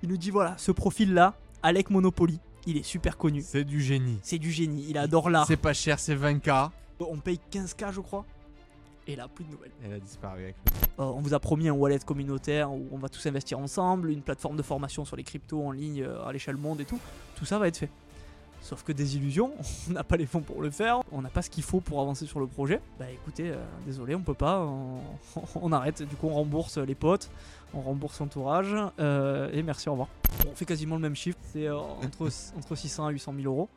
Il nous dit voilà, ce profil-là, Alec Monopoly, il est super connu. C'est du génie. C'est du génie, il adore l'art. C'est pas cher, c'est 20K. On paye 15K, je crois. Et là, plus de nouvelles. Elle a disparu avec On vous a promis un wallet communautaire où on va tous investir ensemble, une plateforme de formation sur les cryptos en ligne à l'échelle monde et tout. Tout ça va être fait. Sauf que des illusions, on n'a pas les fonds pour le faire, on n'a pas ce qu'il faut pour avancer sur le projet. Bah écoutez, désolé, on peut pas, on arrête. Du coup, on rembourse les potes, on rembourse l'entourage et merci, au revoir. On fait quasiment le même chiffre, c'est entre 600 à 800 000 euros.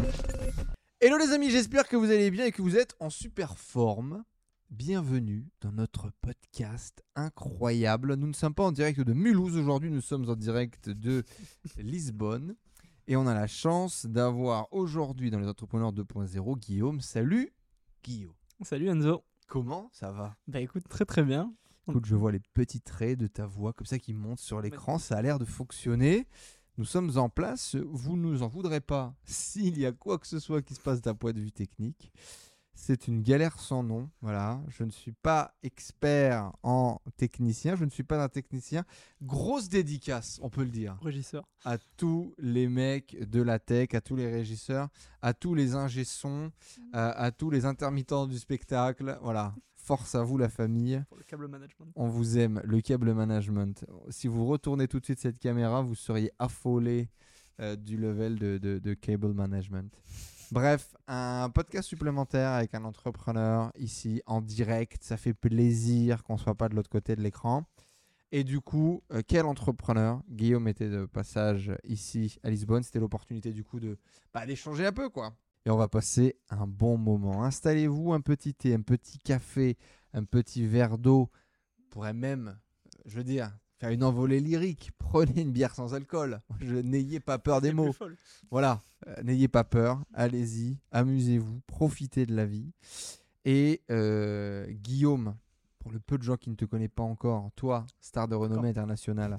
Hello les amis, j'espère que vous allez bien et que vous êtes en super forme. Bienvenue dans notre podcast incroyable. Nous ne sommes pas en direct de Mulhouse aujourd'hui, nous sommes en direct de Lisbonne. Et on a la chance d'avoir aujourd'hui dans les Entrepreneurs 2.0 Guillaume. Salut Guillaume. Salut Enzo. Comment ça va? Bah écoute, très très bien. Écoute, je vois les petits traits de ta voix comme ça qui montent sur l'écran, ça a l'air de fonctionner. Nous sommes en place, vous ne nous en voudrez pas s'il y a quoi que ce soit qui se passe d'un point de vue technique. C'est une galère sans nom, voilà. Je ne suis pas expert en technicien, je ne suis pas un technicien. Grosse dédicace, on peut le dire, Régisseur. à tous les mecs de la tech, à tous les régisseurs, à tous les ingé-sons, à tous les intermittents du spectacle. Voilà, force à vous la famille. Pour le câble management. On vous aime, le câble management. Si vous retournez tout de suite cette caméra, vous seriez affolé du level de cable management. Bref, un podcast supplémentaire avec un entrepreneur ici en direct. Ça fait plaisir qu'on ne soit pas de l'autre côté de l'écran. Et du coup, quel entrepreneur? Guillaume était de passage ici à Lisbonne. C'était l'opportunité du coup d'échanger un peu, quoi. Et on va passer un bon moment. Installez-vous, un petit thé, un petit café, un petit verre d'eau. On pourrait même, je veux dire, faire une envolée lyrique. Prenez une bière sans alcool. N'ayez pas peur des mots. Voilà, n'ayez pas peur. Allez-y, amusez-vous, profitez de la vie. Et Guillaume, pour le peu de gens qui ne te connaissent pas encore, toi, star de renommée internationale,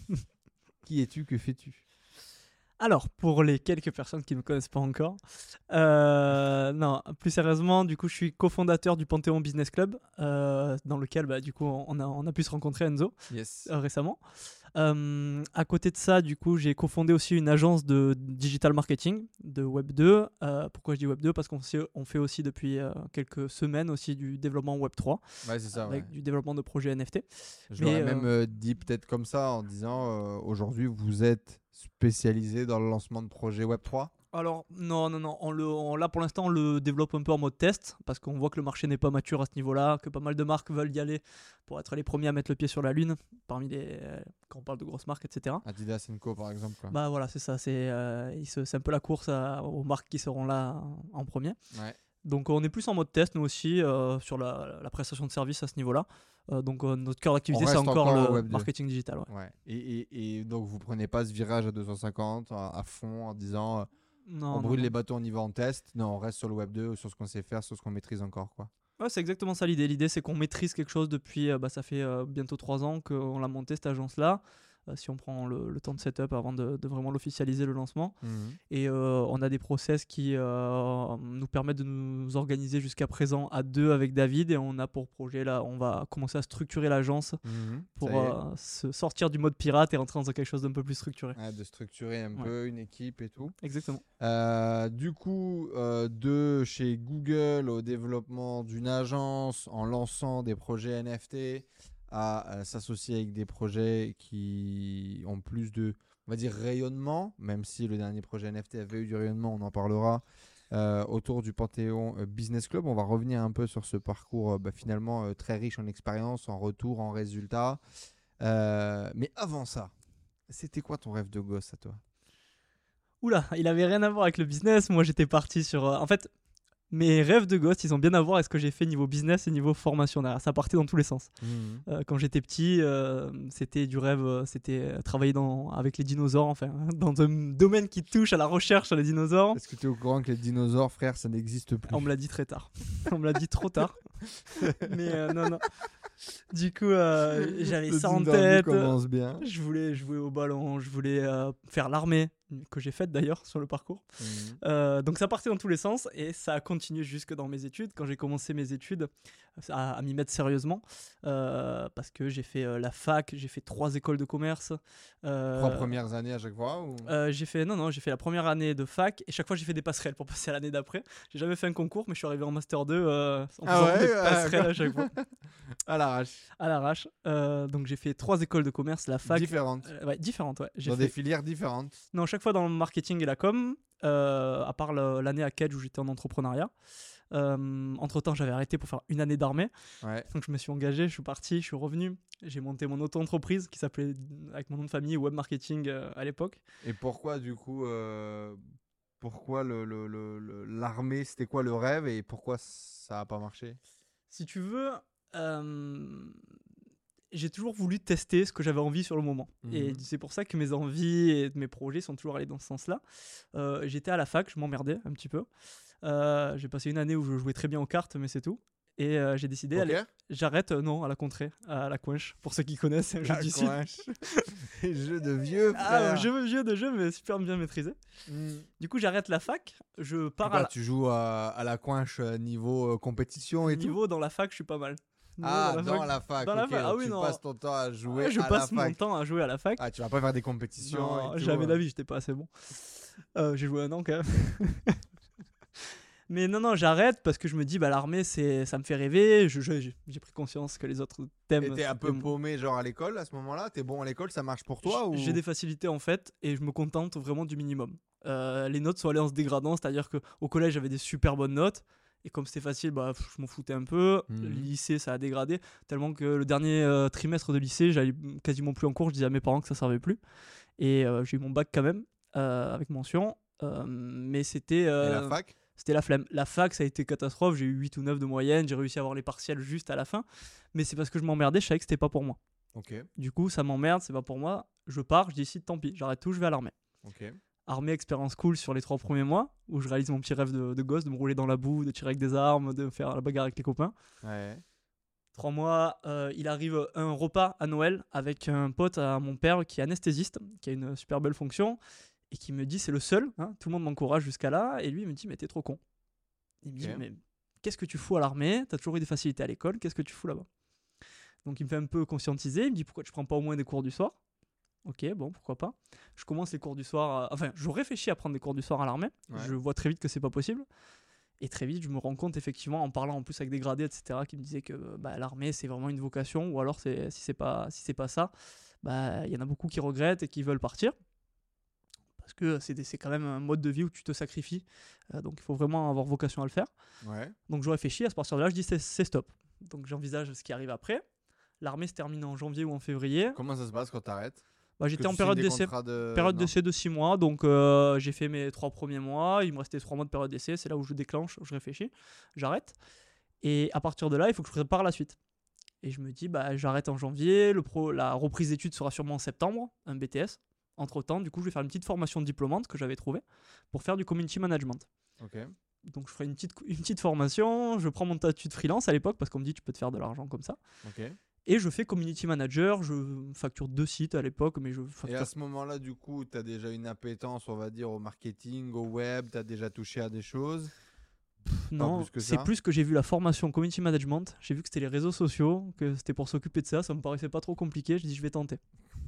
qui es-tu, que fais-tu? Alors, pour les quelques personnes qui ne me connaissent pas encore, non, plus sérieusement, du coup, je suis cofondateur du Panthéon Business Club, dans lequel, du coup, on a pu se rencontrer, Enzo, récemment. À côté de ça, du coup, j'ai cofondé aussi une agence de digital marketing, de Web 2. Pourquoi je dis Web 2? Parce qu'on fait aussi depuis quelques semaines aussi du développement Web 3, Ouais, c'est ça, avec du développement de projets NFT. Je l'aurais même dit peut-être comme ça en disant aujourd'hui vous êtes spécialisé dans le lancement de projets Web 3. Alors non, là pour l'instant on le développe un peu en mode test parce qu'on voit que le marché n'est pas mature à ce niveau-là, que pas mal de marques veulent y aller pour être les premiers à mettre le pied sur la lune, parmi quand on parle de grosses marques, etc. Adidas & Co par exemple, quoi. Bah voilà, c'est ça, c'est un peu la course aux marques qui seront là en premier. Ouais. Donc on est plus en mode test nous aussi sur la prestation de service à ce niveau-là. Donc notre cœur d'activité c'est encore le marketing digital. Ouais. Et donc vous prenez pas ce virage à 250 à fond en disant on brûle les bateaux, on y va en test. Non, on reste sur le Web 2, sur ce qu'on sait faire, sur ce qu'on maîtrise encore, quoi. Ouais, c'est exactement ça l'idée. L'idée c'est qu'on maîtrise quelque chose depuis, ça fait bientôt 3 ans qu'on l'a monté cette agence-là. Si on prend le temps de setup avant de vraiment l'officialiser, le lancement. Et on a des process qui nous permettent de nous organiser jusqu'à présent à 2 avec David, et on a pour projet là, on va commencer à structurer l'agence pour se sortir du mode pirate et rentrer dans quelque chose d'un peu plus structuré. Ouais, de structurer un peu une équipe et tout. Exactement. Du coup, de chez Google au développement d'une agence en lançant des projets NFT à s'associer avec des projets qui ont plus de, on va dire, rayonnement, même si le dernier projet NFT avait eu du rayonnement, on en parlera, autour du Panthéon Business Club. On va revenir un peu sur ce parcours finalement très riche en expérience, en retour, en résultats. Mais avant ça, c'était quoi ton rêve de gosse à toi? Oula, il avait rien à voir avec le business. Moi, j'étais parti sur... en fait, mes rêves de gosse, ils ont bien à voir avec ce que j'ai fait niveau business et niveau formation derrière. Ça partait dans tous les sens. Quand j'étais petit, c'était du rêve, c'était travailler avec les dinosaures, enfin, dans un domaine qui touche à la recherche sur les dinosaures. Est-ce que tu es au courant que les dinosaures, frère, ça n'existe plus? On me l'a dit très tard. On me l'a dit trop tard. Mais non. Du coup, j'avais ça en tête. Commence bien. Je voulais jouer au ballon, je voulais faire l'armée. que j'ai faite d'ailleurs sur le parcours. Donc ça partait dans tous les sens et ça a continué jusque dans mes études. Quand j'ai commencé mes études, à m'y mettre sérieusement, parce que j'ai fait la fac, j'ai fait 3 écoles de commerce. 3 premières années à chaque fois ou... J'ai fait la première année de fac et chaque fois j'ai fait des passerelles pour passer à l'année d'après. J'ai jamais fait un concours, mais je suis arrivé en master 2 en faisant des passerelles à chaque fois. À l'arrache. Donc j'ai fait 3 écoles de commerce, la fac. Différentes. Différentes, ouais. Dans des filières différentes. Non, chaque fois dans le marketing et la com, à part l'année à Kedge où j'étais en entrepreneuriat. Entre-temps, j'avais arrêté pour faire une année d'armée. Ouais. Donc je me suis engagé, je suis parti, je suis revenu. J'ai monté mon auto-entreprise qui s'appelait, avec mon nom de famille, Web Marketing à l'époque. Et pourquoi du coup, pourquoi l'armée, c'était quoi le rêve et pourquoi ça n'a pas marché? Si tu veux, j'ai toujours voulu tester ce que j'avais envie sur le moment. Et c'est pour ça que mes envies et mes projets sont toujours allés dans ce sens-là. J'étais à la fac, je m'emmerdais un petit peu. J'ai passé une année où je jouais très bien aux cartes, mais c'est tout. Et j'ai décidé, allez, j'arrête, non, à la contrée, à la coinche, pour ceux qui connaissent, un jeu du Sud. Jeu de vieux, frère. Jeu de jeu, mais super bien maîtrisé. Du coup, j'arrête la fac, je pars Tu joues à la coinche niveau compétition et niveau tout. Dans la fac, je suis pas mal. Dans la fac. Dans la fac. Ah oui, tu non. passes ton temps à jouer je passe mon temps à jouer à la fac. Ah, tu vas pas faire des compétitions. Non, jamais d'avis, j'étais pas assez bon. J'ai joué un an quand même. Mais non, j'arrête parce que je me dis, l'armée, ça me fait rêver. J'ai pris conscience que les autres thèmes. Et t'es un peu paumé, genre à l'école à ce moment-là? T'es bon à l'école, ça marche pour toi ou... J'ai des facilités en fait, et je me contente vraiment du minimum. Les notes sont allées en se dégradant, c'est-à-dire qu'au collège, j'avais des super bonnes notes. Et comme c'était facile, je m'en foutais un peu. Le lycée, ça a dégradé. Tellement que le dernier trimestre de lycée, j'allais quasiment plus en cours. Je disais à mes parents que ça servait plus. Et j'ai eu mon bac quand même, avec mention. Mais c'était... Et la fac? C'était la flemme. La fac, ça a été catastrophe. J'ai eu 8 ou 9 de moyenne. J'ai réussi à avoir les partiels juste à la fin. Mais c'est parce que je m'emmerdais. Je savais que c'était pas pour moi. Okay. Du coup, ça m'emmerde. C'est pas pour moi. Je pars. Je décide, tant pis. J'arrête tout. Je vais à l'armée. Okay. Armée, expérience cool sur les 3 premiers mois. Où je réalise mon petit rêve de gosse. De me rouler dans la boue. De tirer avec des armes. De faire la bagarre avec les copains. Ouais. 3 mois. Il arrive un repas à Noël avec un pote à mon père qui est anesthésiste. Qui a une super belle fonction. Et qui me dit, c'est le seul. Tout le monde m'encourage jusqu'à là. Et lui, il me dit, mais t'es trop con. Il me dit, mais qu'est-ce que tu fous à l'armée? T'as toujours eu des facilités à l'école, qu'est-ce que tu fous là-bas? Donc il me fait un peu conscientiser, il me dit, pourquoi tu prends pas au moins des cours du soir? Ok, bon, pourquoi pas. Je commence les cours du soir, je réfléchis à prendre des cours du soir à l'armée, je vois très vite que c'est pas possible. Et très vite, je me rends compte effectivement, en parlant en plus avec des gradés, etc., qui me disaient que l'armée, c'est vraiment une vocation, ou alors si c'est pas ça, il y en a beaucoup qui regrettent et qui veulent partir. Parce que c'est quand même un mode de vie où tu te sacrifies. Donc il faut vraiment avoir vocation à le faire. Ouais. Donc je réfléchis, à partir de là, je dis c'est stop. Donc j'envisage ce qui arrive après. L'armée se termine en janvier ou en février. Comment ça se passe quand tu arrêtes? J'étais en période d'essai. Période d'essai de 6 mois. Donc j'ai fait mes 3 premiers mois. Il me restait 3 mois de période d'essai. C'est là où je déclenche, je réfléchis. J'arrête. Et à partir de là, il faut que je prépare la suite. Et je me dis, j'arrête en janvier. La reprise d'études sera sûrement en septembre, un BTS. Entre-temps, du coup, je vais faire une petite formation de diplômante que j'avais trouvée pour faire du community management. Okay. Donc, je ferai une petite formation. Je prends mon statut de freelance à l'époque parce qu'on me dit tu peux te faire de l'argent comme ça. Okay. Et je fais community manager. Je facture 2 sites à l'époque. Mais Et à ce moment-là, du coup, tu as déjà une appétence, on va dire, au marketing, au web. Tu as déjà touché à des choses? Non, c'est plus que j'ai vu la formation community management. J'ai vu que c'était les réseaux sociaux, que c'était pour s'occuper de ça. Ça me paraissait pas trop compliqué. Je dis je vais tenter.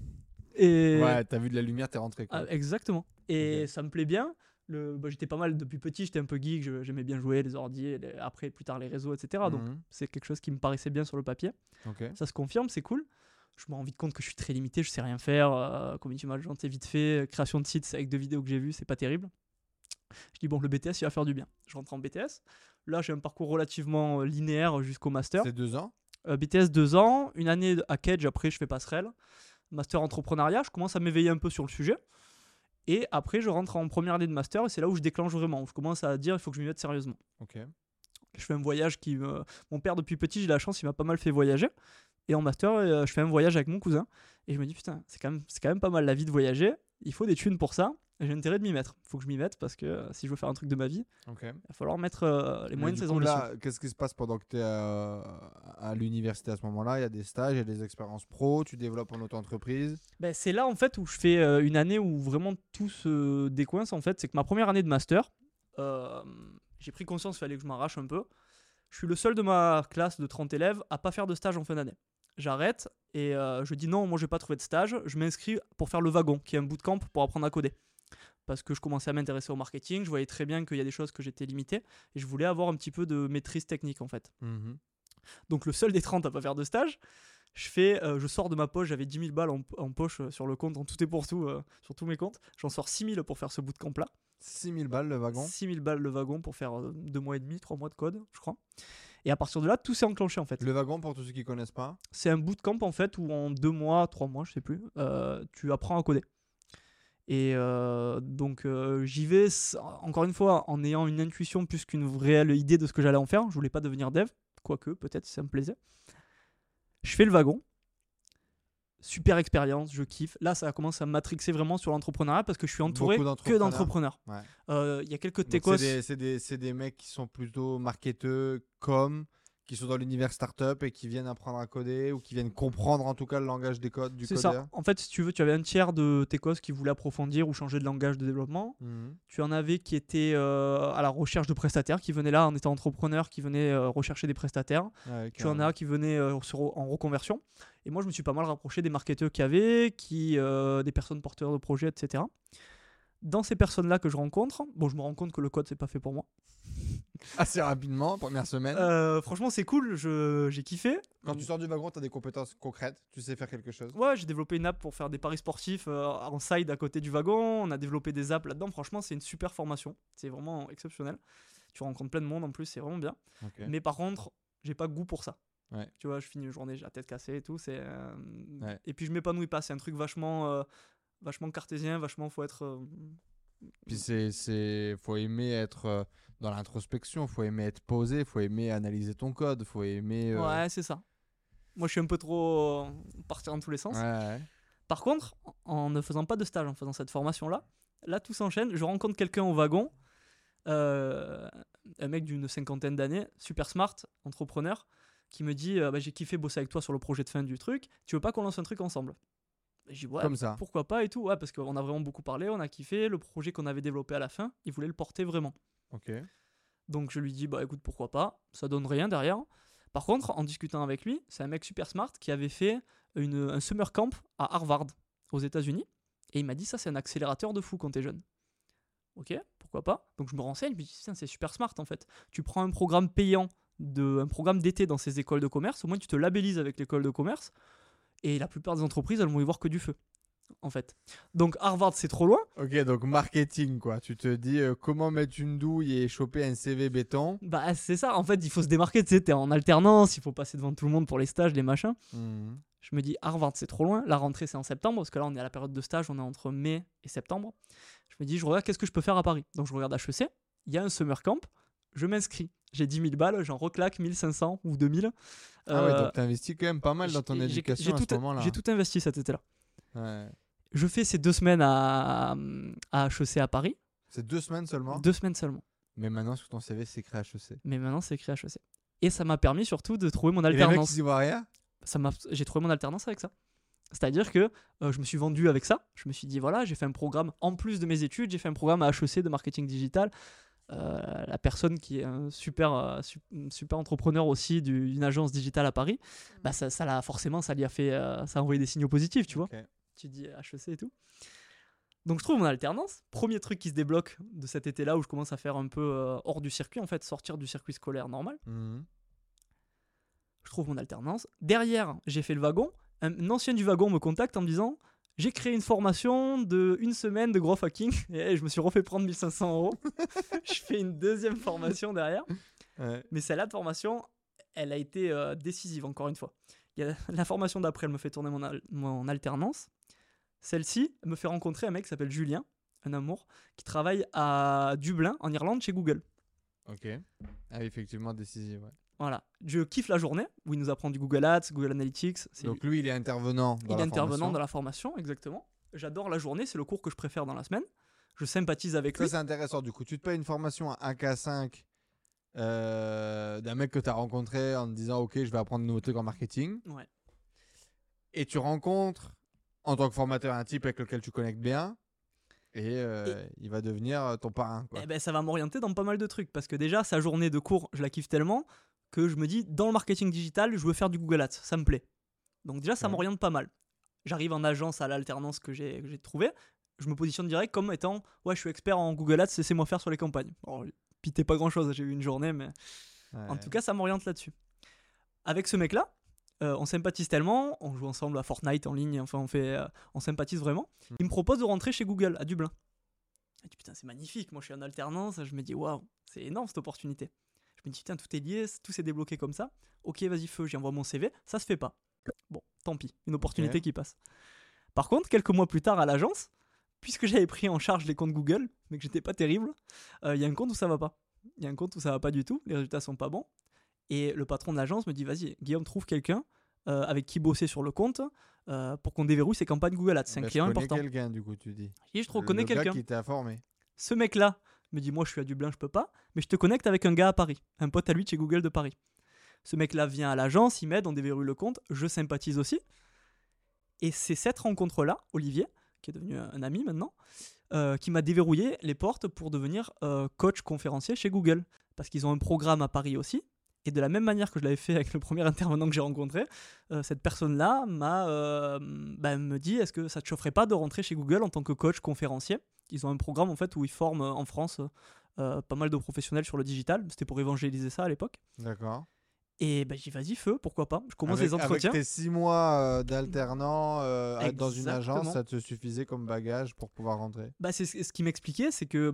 Et... Ouais, t'as vu de la lumière, t'es rentré quoi. Exactement. Et ça me plaît bien. J'étais pas mal depuis petit, j'étais un peu geek, j'aimais bien jouer, les ordi, après plus tard les réseaux, etc. Donc c'est quelque chose qui me paraissait bien sur le papier. Ça se confirme, c'est cool. Je me rends vite compte que je suis très limité, je sais rien faire. Community management, c'est vite fait. Création de sites avec 2 vidéos que j'ai vues, c'est pas terrible. Je dis bon, le BTS, il va faire du bien. Je rentre en BTS. Là, j'ai un parcours relativement linéaire jusqu'au master. C'est 2 ans BTS 2 ans, une année à Kedge, après je fais passerelle. Master entrepreneuriat, je commence à m'éveiller un peu sur le sujet. Et après, je rentre en première année de master et c'est là où je déclenche vraiment. Je commence à dire il faut que je m'y mette sérieusement. Okay. Je fais un voyage Mon père, depuis petit, j'ai la chance, il m'a pas mal fait voyager. Et en master, je fais un voyage avec mon cousin. Et je me dis putain, c'est quand même pas mal la vie de voyager. Il faut des thunes pour ça. j'ai intérêt de m'y mettre. Il faut que je m'y mette parce que si je veux faire un truc de ma vie, Ok. il va falloir mettre les Mais moyens de du ses coup, ambitions. là, qu'est-ce qui se passe pendant que tu es à l'université à ce moment-là? Il y a des stages, il y a des expériences pro, tu développes en auto-entreprise. Ben, c'est là en fait où je fais une année où vraiment tout se décoince en fait. C'est que ma première année de master, euh, j'ai pris conscience qu'il fallait que je m'arrache un peu. Je suis le seul de ma classe de 30 élèves à pas faire de stage en fin d'année. J'arrête et je dis non, moi je vais pas trouver de stage. Je m'inscris pour faire le wagon, qui est un bootcamp pour apprendre à coder. Parce que je commençais à m'intéresser au marketing, je voyais très bien qu'il y a des choses que j'étais limité et je voulais avoir un petit peu de maîtrise technique en fait. Donc le seul des 30 à pas faire de stage, je sors de ma poche, j'avais 10 000 balles en poche sur le compte, en tout et pour tout, sur tous mes comptes. J'en sors 6 000 pour faire ce bootcamp là. 6 000 balles le wagon. 6 000 balles le wagon pour faire 2 mois et demi, 3 mois de code, je crois. Et à partir de là, tout s'est enclenché en fait. Le wagon, pour tous ceux qui connaissent pas. C'est un bootcamp en fait où en 2 mois, 3 mois, je sais plus, tu apprends à coder. Et donc j'y vais encore une fois en ayant une intuition plus qu'une réelle idée de ce que j'allais en faire. Je voulais pas devenir dev, quoique peut-être si ça me plaisait. Je fais le wagon. Super expérience, je kiffe. Là, ça commence à me matrixer vraiment sur l'entrepreneuriat parce que je suis entouré que d'entrepreneurs. Ouais. Y a quelques Donc, techos. c'est des mecs qui sont plutôt marketeux, qui sont dans l'univers startup et qui viennent apprendre à coder ou qui viennent comprendre en tout cas le langage du codeur. C'est ça. En fait, si tu veux, tu avais un tiers de techos qui voulaient approfondir ou changer de langage de développement. Tu en avais qui étaient à la recherche de prestataires, qui venaient là en étant entrepreneurs, qui venaient rechercher des prestataires. Ouais, tu en as qui venaient en reconversion. Et moi, je me suis pas mal rapproché des marketeurs qu'il y avait, des personnes porteurs de projets, etc. Dans ces personnes-là que je rencontre, je me rends compte que le code, c'est pas fait pour moi. Assez rapidement, première semaine. Franchement, c'est cool, j'ai kiffé. Quand tu sors du wagon, tu as des compétences concrètes, tu sais faire quelque chose. Ouais, j'ai développé une app pour faire des paris sportifs en side à côté du wagon. On a développé des apps là-dedans. Franchement, c'est une super formation. C'est vraiment exceptionnel. Tu rencontres plein de monde en plus, c'est vraiment bien. Okay. Mais par contre, j'ai pas goût pour ça. Ouais. Tu vois, je finis une journée, j'ai la tête cassée et tout. Ouais. Et puis je m'épanouis pas. C'est un truc vachement cartésien, vachement faut être. Puis faut aimer être dans l'introspection, faut aimer être posé, faut aimer analyser ton code, faut aimer. Ouais, c'est ça. Moi, je suis un peu trop partir dans tous les sens. Ouais. Par contre, en ne faisant pas de stage, en faisant cette formation-là, tout s'enchaîne. Je rencontre quelqu'un au wagon, un mec d'une 50aine d'années, super smart, entrepreneur, qui me dit j'ai kiffé bosser avec toi sur le projet de fin du truc. Tu veux pas qu'on lance un truc ensemble? J'ai dit, ouais, comme ça. Pourquoi pas et tout. Ouais, parce qu'on a vraiment beaucoup parlé, on a kiffé. Le projet qu'on avait développé à la fin, il voulait le porter vraiment. Ok. Donc je lui dis, écoute, pourquoi pas. Ça donne rien derrière. Par contre, en discutant avec lui, c'est un mec super smart qui avait fait un summer camp à Harvard, aux États-Unis. Et il m'a dit, ça, c'est un accélérateur de fou quand t'es jeune. Ok, pourquoi pas. Donc je me renseigne, je me dis, c'est super smart en fait. Tu prends un programme payant, un programme d'été dans ces écoles de commerce, au moins tu te labellises avec l'école de commerce. Et la plupart des entreprises, elles vont y voir que du feu, en fait. Donc Harvard, c'est trop loin. Ok, donc marketing, quoi. Tu te dis comment mettre une douille et choper un CV béton. C'est ça. En fait, il faut se démarquer. Tu sais, t'es en alternance, il faut passer devant tout le monde pour les stages, les machins. Je me dis, Harvard, c'est trop loin. La rentrée, c'est en septembre, parce que là, on est à la période de stage, on est entre mai et septembre. Je me dis, je regarde qu'est-ce que je peux faire à Paris. Donc je regarde HEC, il y a un summer camp, je m'inscris. J'ai 10 000 balles, j'en reclaque 1500 ou 2000. Ah ouais, donc t'as investi quand même pas mal dans ton éducation à ce moment-là. J'ai tout investi cet été-là. Ouais. Je fais ces 2 semaines à HEC à Paris. C'est 2 semaines seulement? 2 semaines seulement. Mais maintenant, sur ton CV, c'est écrit HEC. Mais maintenant, c'est écrit HEC. Et ça m'a permis surtout de trouver mon Et alternance. les mecs, ils y voient rien? J'ai trouvé mon alternance avec ça. C'est-à-dire que je me suis vendu avec ça. Je me suis dit, voilà, j'ai fait un programme, en plus de mes études, j'ai fait un programme à HEC de marketing digital. La personne qui est un super entrepreneur aussi d'une agence digitale à Paris, forcément, ça lui a fait, ça a envoyé des signaux positifs, tu vois. Tu dis HEC et tout. Donc je trouve mon alternance. Premier truc qui se débloque de cet été-là où je commence à faire un peu hors du circuit, en fait, sortir du circuit scolaire normal. Je trouve mon alternance. Derrière, j'ai fait le wagon. Un ancien du wagon me contacte en me disant, j'ai créé une formation de 1 semaine de growth hacking et je me suis refait prendre 1500 €. Je fais une deuxième formation derrière. Ouais. Mais celle-là de formation, elle a été décisive encore une fois. La formation d'après, elle me fait tourner mon alternance. Celle-ci me fait rencontrer un mec qui s'appelle Julien, un amour, qui travaille à Dublin, en Irlande, chez Google. Ok. Ah, effectivement, décisif, ouais. Voilà. Je kiffe la journée où il nous apprend du Google Ads, Google Analytics. Donc lui, il est intervenant dans la formation. Dans la formation, exactement. J'adore la journée, c'est le cours que je préfère dans la semaine. je sympathise avec Ça, lui. c'est intéressant. Du coup, tu te payes une formation à 1K5 d'un mec que tu as rencontré en te disant ok, je vais apprendre de nouveaux trucs en marketing. Ouais. Et tu rencontres en tant que formateur un type avec lequel tu connectes bien. Et il va devenir ton parrain, quoi. Eh ben, ça va m'orienter dans pas mal de trucs parce que déjà, sa journée de cours, je la kiffe tellement que je me dis, dans le marketing digital, je veux faire du Google Ads, ça me plaît. Donc déjà, ça Ouais. m'oriente pas mal. J'arrive en agence à l'alternance que j'ai trouvée, je me positionne direct comme étant, ouais, je suis expert en Google Ads, laissez-moi faire sur les campagnes. Alors, pité pas grand-chose, j'ai eu une journée, mais en tout cas, ça m'oriente là-dessus. Avec ce mec-là, on sympathise tellement, on joue ensemble à Fortnite en ligne, enfin on sympathise vraiment. Il me propose de rentrer chez Google à Dublin. Je me dis putain, c'est magnifique, moi je suis en alternance, je me dis waouh, c'est énorme cette opportunité. Je me dis putain, tout est lié, tout s'est débloqué comme ça. Ok, vas-y feu, j'y envoie mon CV, ça se fait pas. Bon, tant pis, une opportunité qui passe. Par contre, quelques mois plus tard à l'agence, puisque j'avais pris en charge les comptes Google, mais que j'étais pas terrible, il y a un compte où ça va pas. Il y a un compte où ça va pas du tout, les résultats sont pas bons. Et le patron de l'agence me dit vas-y, Guillaume, trouve quelqu'un avec qui bosser sur le compte pour qu'on déverrouille ses campagnes Google Ads. C'est un client important. Je connais quelqu'un, du coup, tu dis. Et je te reconnais quelqu'un. Le gars qui t'a formé. Ce mec-là me dit moi je suis à Dublin, je peux pas, mais je te connecte avec un gars à Paris, un pote à lui de chez Google de Paris. Ce mec-là vient à l'agence, il m'aide, on déverrouille le compte, je sympathise aussi. Et c'est cette rencontre-là, Olivier, qui est devenu un ami maintenant, qui m'a déverrouillé les portes pour devenir coach conférencier chez Google. Parce qu'ils ont un programme à Paris aussi. Et de la même manière que je l'avais fait avec le premier intervenant que j'ai rencontré, cette personne-là me dit est-ce que ça te chaufferait pas de rentrer chez Google en tant que coach conférencier. Ils ont un programme en fait où ils forment en France pas mal de professionnels sur le digital. C'était pour évangéliser ça à l'époque. D'accord. Et j'ai dit vas-y feu, pourquoi pas. Je commence les entretiens. Avec tes 6 mois d'alternant dans une agence, ça te suffisait comme bagage pour pouvoir rentrer. C'est ce qui m'expliquait, c'est que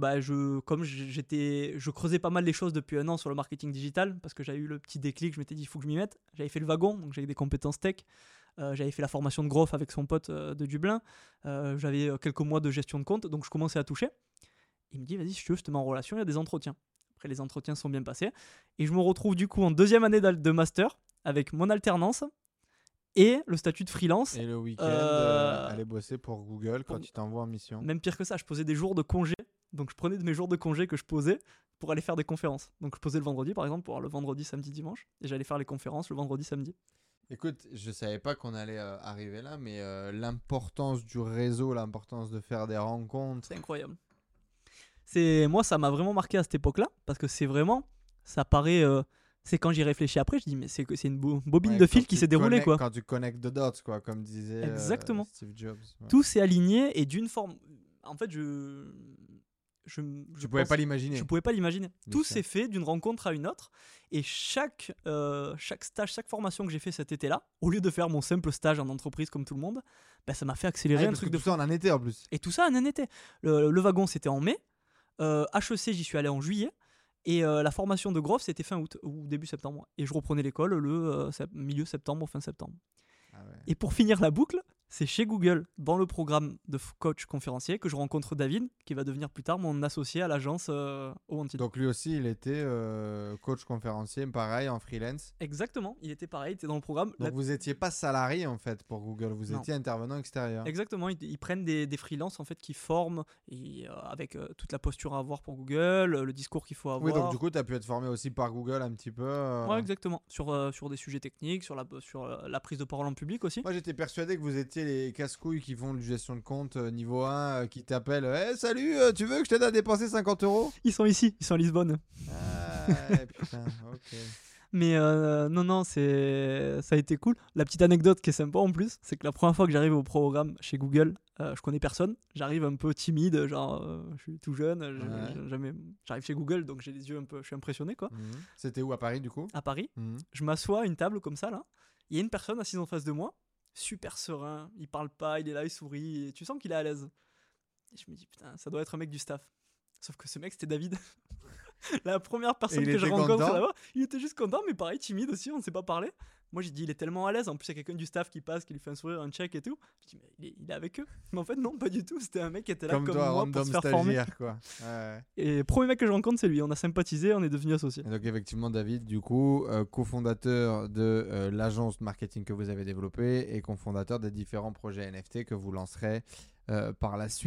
je creusais pas mal les choses depuis un an sur le marketing digital parce que j'avais eu le petit déclic, je m'étais dit il faut que je m'y mette. J'avais fait le wagon, donc j'avais des compétences tech. J'avais fait la formation de Groff avec son pote de Dublin. J'avais quelques mois de gestion de compte, donc je commençais à toucher. Il me dit vas-y si tu veux, je te mets en relation, il y a des entretiens. Après les entretiens sont bien passés et je me retrouve du coup en deuxième année de master avec mon alternance et le statut de freelance. Et le week-end, aller bosser pour Google quand tu t'envoies en mission. Même pire que ça, je posais des jours de congé. Donc je prenais de mes jours de congé que je posais pour aller faire des conférences. Donc je posais le vendredi par exemple pour le vendredi, samedi, dimanche. Et j'allais faire les conférences le vendredi, samedi. Écoute, je savais pas qu'on allait arriver là, mais l'importance du réseau, l'importance de faire des rencontres. C'est incroyable. Moi, ça m'a vraiment marqué à cette époque-là parce que c'est vraiment, ça paraît, c'est quand j'y réfléchis après, je dis mais c'est une bobine de fil qui s'est déroulée quoi. Quand tu connectes the dots quoi, comme disait exactement. Steve Jobs. Ouais. Tout s'est aligné et d'une forme, en fait tu pouvais pas l'imaginer. Je pouvais pas l'imaginer. Tout s'est fait d'une rencontre à une autre et chaque stage, chaque formation que j'ai fait cet été-là, au lieu de faire mon simple stage en entreprise comme tout le monde, ça m'a fait accélérer un truc de tout ça en un été en plus. Et tout ça en un été. Le wagon c'était en mai. HEC, j'y suis allé en juillet. Et la formation de Groff, c'était fin août ou début septembre. Et je reprenais l'école le milieu septembre, fin septembre. Ah ouais. Et pour finir la boucle, c'est chez Google, dans le programme de coach conférencier, que je rencontre David, qui va devenir plus tard mon associé à l'agence Wanted. Donc lui aussi, il était coach conférencier, pareil, en freelance. Exactement, il était pareil, il était dans le programme. Donc vous n'étiez pas salarié en fait pour Google, vous étiez intervenant extérieur. Exactement, ils prennent des freelances en fait qui forment avec toute la posture à avoir pour Google, le discours qu'il faut avoir. Oui, donc du coup, tu as pu être formé aussi par Google un petit peu. Ouais, exactement, sur des sujets techniques, sur la prise de parole en public aussi. Moi, j'étais persuadé que vous étiez les casse-couilles qui font de gestion de compte niveau 1, qui t'appellent hey, salut, tu veux que je t'aide à dépenser 50 €? Ils sont ici, ils sont à Lisbonne. Ah, putain, ok. Mais non, ça a été cool. La petite anecdote qui est sympa en plus, c'est que la première fois que j'arrive au programme chez Google, je connais personne. J'arrive un peu timide, genre je suis tout jeune, j'arrive chez Google, donc j'ai les yeux un peu, je suis impressionné quoi. C'était où à Paris du coup? À Paris. Je m'assois à une table comme ça là. Il y a une personne assise en face de moi, super serein, il parle pas, il est là, il sourit, et tu sens qu'il est à l'aise. Et je me dis putain, ça doit être un mec du staff. Sauf que ce mec c'était David. La première personne que je rencontre là-bas, il était juste content, mais pareil, timide aussi, on ne s'est pas parlé. Moi j'ai dit il est tellement à l'aise, en plus il y a quelqu'un du staff qui passe, qui lui fait un sourire, un check et tout. Je dis mais il est avec eux. Mais en fait non, pas du tout, c'était un mec qui était là comme moi pour se faire former. Quoi. Ouais. Et le premier mec que je rencontre c'est lui, on a sympathisé, on est devenus associés. Et donc effectivement David, du coup, cofondateur de l'agence de marketing que vous avez développée et cofondateur des différents projets NFT que vous lancerez par la suite.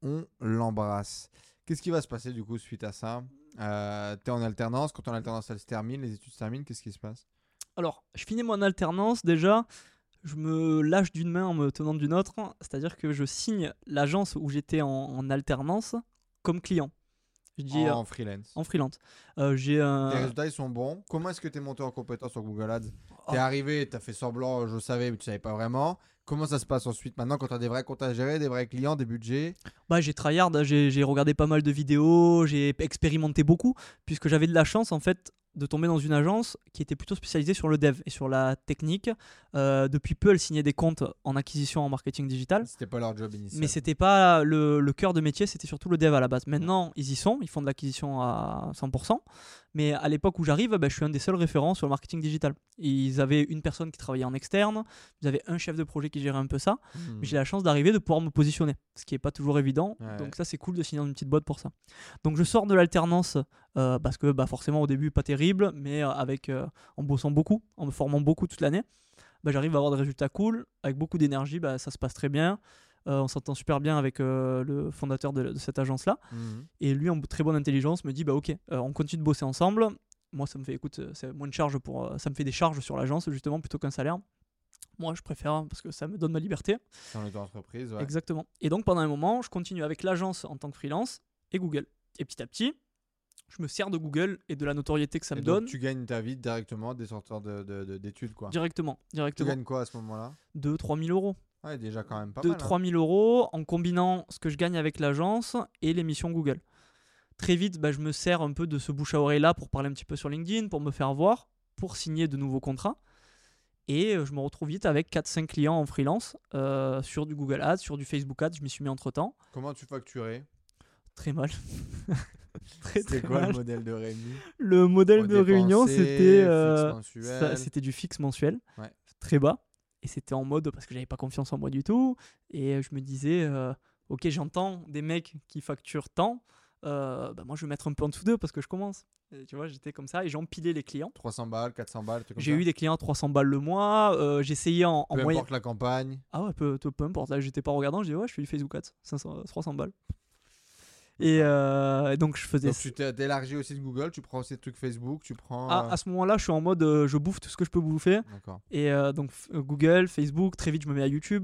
on l'embrasse. Qu'est-ce qui va se passer du coup suite à ça? T'es en alternance, quand ton alternance elle se termine, les études se terminent, qu'est-ce qui se passe? Alors, je finis mon alternance déjà. Je me lâche d'une main en me tenant d'une autre, c'est-à-dire que je signe l'agence où j'étais en alternance comme client. Je dis En freelance. en freelance. J'ai Tes un. résultats ils sont bons. Comment est-ce que t'es monté en compétence sur Google Ads? Oh, T'es arrivé, t'as fait semblant, je savais, mais tu savais pas vraiment. Comment ça se passe ensuite maintenant quand t'as des vrais comptes à gérer, des vrais clients, des budgets? bah, j'ai tryhard, j'ai regardé pas mal de vidéos, j'ai expérimenté beaucoup, puisque j'avais de la chance en fait de tomber dans une agence qui était plutôt spécialisée sur le dev et sur la technique. Depuis peu, elle signait des comptes en acquisition en marketing digital. C'était pas leur job initial. Mais c'était pas le cœur de métier, c'était surtout le dev à la base. Maintenant, ils y sont, ils font de l'acquisition à 100%. Mais à l'époque où j'arrive, je suis un des seuls référents sur le marketing digital. Ils avaient une personne qui travaillait en externe, ils avaient un chef de projet qui gérait un peu ça. Mais j'ai la chance d'arriver, de pouvoir me positionner, ce qui n'est pas toujours évident. Ouais. Donc ça, c'est cool de signer dans une petite boîte pour ça. Donc je sors de l'alternance parce que forcément au début, pas terrible, mais en bossant beaucoup, en me formant beaucoup toute l'année. J'arrive à avoir des résultats cool, avec beaucoup d'énergie, ça se passe très bien. On s'entend super bien avec le fondateur de cette agence-là. Et lui, en très bonne intelligence, me dit ok, on continue de bosser ensemble. Moi, ça me fait, écoute, c'est moins de charges ça me fait des charges sur l'agence, justement, plutôt qu'un salaire. Moi, je préfère parce que ça me donne ma liberté. Dans l'auto-entreprise, ouais. Exactement. Et donc, pendant un moment, je continue avec l'agence en tant que freelance et Google. Et petit à petit, je me sers de Google et de la notoriété que ça me donc, donne. tu gagnes ta vie directement des sorteurs d'études, quoi. Directement. Tu gagnes quoi à ce moment-là? 2 000 à 3 000 euros. Ouais, déjà quand même pas 2 mal. 3 000 euros en combinant ce que je gagne avec l'agence et les missions Google. Très vite, je me sers un peu de ce bouche à oreille là pour parler un petit peu sur LinkedIn, pour me faire voir, pour signer de nouveaux contrats. Et je me retrouve vite avec 4-5 clients en freelance sur du Google Ads, sur du Facebook Ads. Je m'y suis mis entre temps. Comment tu facturais? Très mal. C'était quoi le modèle de Rémi? Le modèle de réunion, c'était fixe mensuel. c'était du fixe mensuel, Ouais. très bas. Et c'était en mode parce que j'avais pas confiance en moi du tout. Et je me disais, ok, j'entends des mecs qui facturent tant. Moi, je vais mettre un peu en dessous d'eux parce que je commence. Et tu vois, j'étais comme ça et j'empilais les clients. 300 balles, 400 balles, comme J'ai ça. eu des clients à 300 balles le mois. J'essayais en Peu moyenne. importe la campagne. Ah ouais, peu importe. Là, j'étais pas regardant. Je dis, ouais, je fais du Facebook Ads, 300 balles. Et donc, je faisais. Donc, tu t'élargis aussi de Google, tu prends aussi des trucs Facebook, tu prends. À ce moment-là, je suis en mode je bouffe tout ce que je peux bouffer. D'accord. Et donc Google, Facebook, très vite je me mets à YouTube.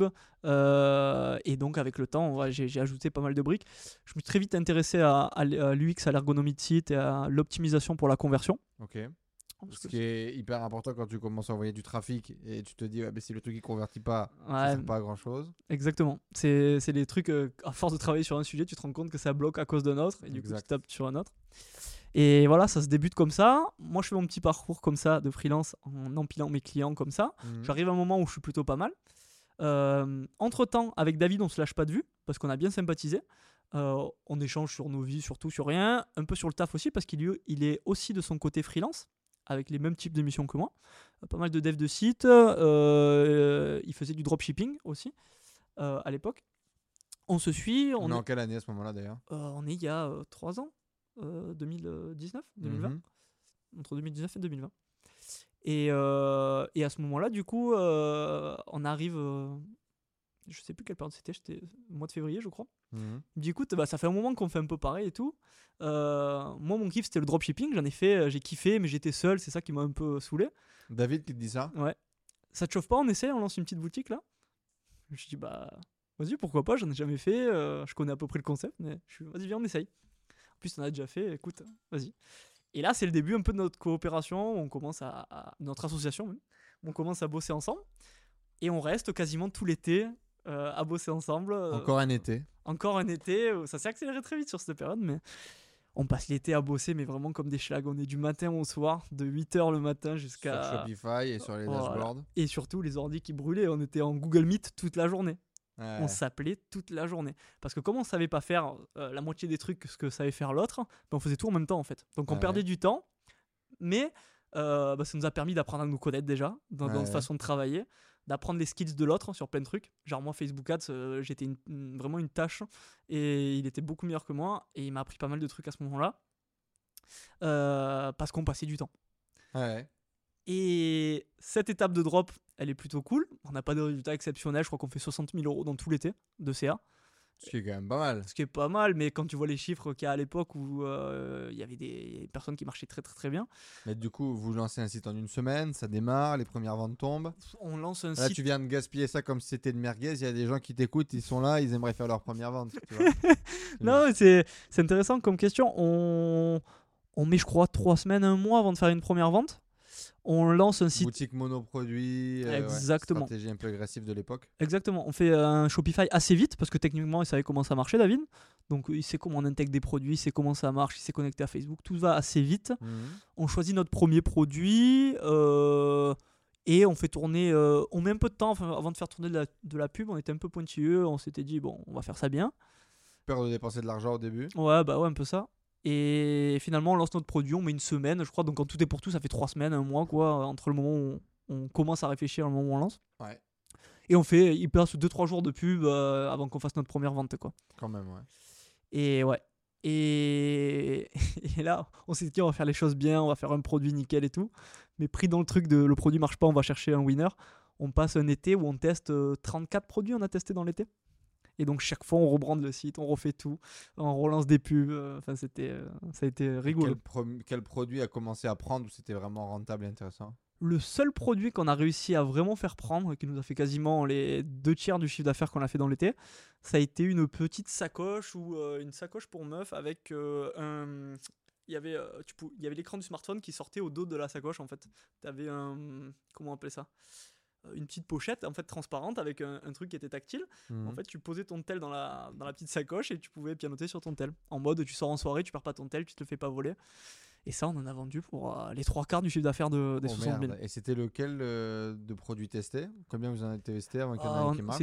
Et donc avec le temps, j'ai ajouté pas mal de briques. Je me suis très vite intéressé à l'UX, à l'ergonomie de site et à l'optimisation pour la conversion. Ok. Ce qui est hyper important quand tu commences à envoyer du trafic et tu te dis si le truc il convertit pas, ça sert pas à grand chose. Exactement. C'est les trucs, à force de travailler sur un sujet, tu te rends compte que ça bloque à cause d'un autre et du coup tu tapes sur un autre. Et voilà, ça se débute comme ça. Moi je fais mon petit parcours comme ça de freelance en empilant mes clients comme ça. J'arrive à un moment où je suis plutôt pas mal. Entre temps, avec David, on se lâche pas de vue parce qu'on a bien sympathisé. On échange sur nos vies, surtout sur rien, un peu sur le taf aussi parce qu'il est aussi de son côté freelance avec les mêmes types de missions que moi. Pas mal de dev de site. Il faisait du dropshipping aussi à l'époque. On se suit. On est en quelle année à ce moment-là d'ailleurs? On est il y a 3 ans, 2019, 2020. Entre 2019 et 2020. Et à ce moment-là, du coup, on arrive. Je sais plus quelle période c'était au mois de février, je crois. Il me dit écoute, ça fait un moment qu'on fait un peu pareil et tout. Moi, mon kiff, c'était le dropshipping. J'en ai fait, j'ai kiffé, mais j'étais seul. C'est ça qui m'a un peu saoulé. David qui te dit ça? Ouais. Ça te chauffe pas, on essaie, on lance une petite boutique là? Je dis vas-y, pourquoi pas, j'en ai jamais fait. Je connais à peu près le concept, mais vas-y, viens, on essaye. En plus, on a déjà fait, écoute, vas-y. Et là, c'est le début un peu de notre coopération. On commence notre association même. On commence à bosser ensemble. Et on reste quasiment tout l'été à bosser ensemble. Encore un été. Encore un été. Ça s'est accéléré très vite sur cette période, mais on passe l'été à bosser, mais vraiment comme des schlags. On est du matin au soir, de 8h le matin jusqu'à... Sur Shopify et sur les dashboards. Et surtout, les ordi qui brûlaient. On était en Google Meet toute la journée. Ouais. On s'appelait toute la journée. Parce que comme on savait pas faire la moitié des trucs que ce que savait faire l'autre, on faisait tout en même temps en fait. Donc on perdait du temps, mais ça nous a permis d'apprendre à nous connaître déjà, dans notre façon de travailler, d'apprendre les skills de l'autre sur plein de trucs. Genre moi, Facebook Ads, j'étais vraiment une tâche et il était beaucoup meilleur que moi et il m'a appris pas mal de trucs à ce moment-là parce qu'on passait du temps. Ouais. Et cette étape de drop, elle est plutôt cool. On n'a pas de résultats exceptionnels. Je crois qu'on fait 60 000 euros dans tout l'été de CA. Ce qui est quand même pas mal. Ce qui est pas mal, mais quand tu vois les chiffres qu'il y a à l'époque où il y avait des personnes qui marchaient très très très bien. Mais du coup, vous lancez un site en une semaine, ça démarre, les premières ventes tombent. On lance un Là, site. tu viens de gaspiller ça comme si c'était de merguez. Il y a des gens qui t'écoutent, ils sont là, ils aimeraient faire leur première vente. Tu vois. Non, c'est intéressant comme question. On met, je crois, 3 semaines, un mois avant de faire une première vente. On lance un site. Boutique monoproduit. Exactement. Stratégie un peu agressive de l'époque. Exactement. On fait un Shopify assez vite parce que techniquement, il savait comment ça marchait, David. Donc, il sait comment on intègre des produits, il sait comment ça marche, il s'est connecté à Facebook. Tout va assez vite. On choisit notre premier produit et on fait tourner. On met un peu de temps avant de faire tourner de la pub. On était un peu pointilleux. On s'était dit, bon, on va faire ça bien. Peur de dépenser de l'argent au début. Ouais, bah ouais, un peu ça. Et finalement, on lance notre produit, on met une semaine, je crois. Donc, quand tout est pour tout, ça fait 3 semaines, un mois, quoi, entre le moment où on commence à réfléchir et le moment où on lance. Ouais. Et il passe 2-3 jours de pub avant qu'on fasse notre première vente, quoi. Quand même, ouais. Et ouais. Et là, on s'est dit, on va faire les choses bien, on va faire un produit nickel et tout. Mais pris dans le truc de le produit marche pas, on va chercher un winner. On passe un été où on teste 34 produits, on a testé dans l'été. Et donc chaque fois on rebrande le site, on refait tout, on relance des pubs. Enfin ça a été rigolo. Quel produit a commencé à prendre où c'était vraiment rentable et intéressant? Le seul produit qu'on a réussi à vraiment faire prendre, qui nous a fait quasiment les 2 tiers du chiffre d'affaires qu'on a fait dans l'été, ça a été une petite sacoche ou une sacoche pour meuf avec il y avait l'écran du smartphone qui sortait au dos de la sacoche en fait. T'avais comment on appelait ça, une petite pochette en fait transparente avec un truc qui était tactile. En fait, tu posais ton tel dans la petite sacoche et tu pouvais pianoter sur ton tel. En mode, tu sors en soirée, tu perds pas ton tel, tu te le fais pas voler. Et ça, on en a vendu pour les 3/4 du chiffre d'affaires des 60 000. Et c'était lequel de produits testés? Combien vous en avez testé avant qu'il y en ait un qui marche?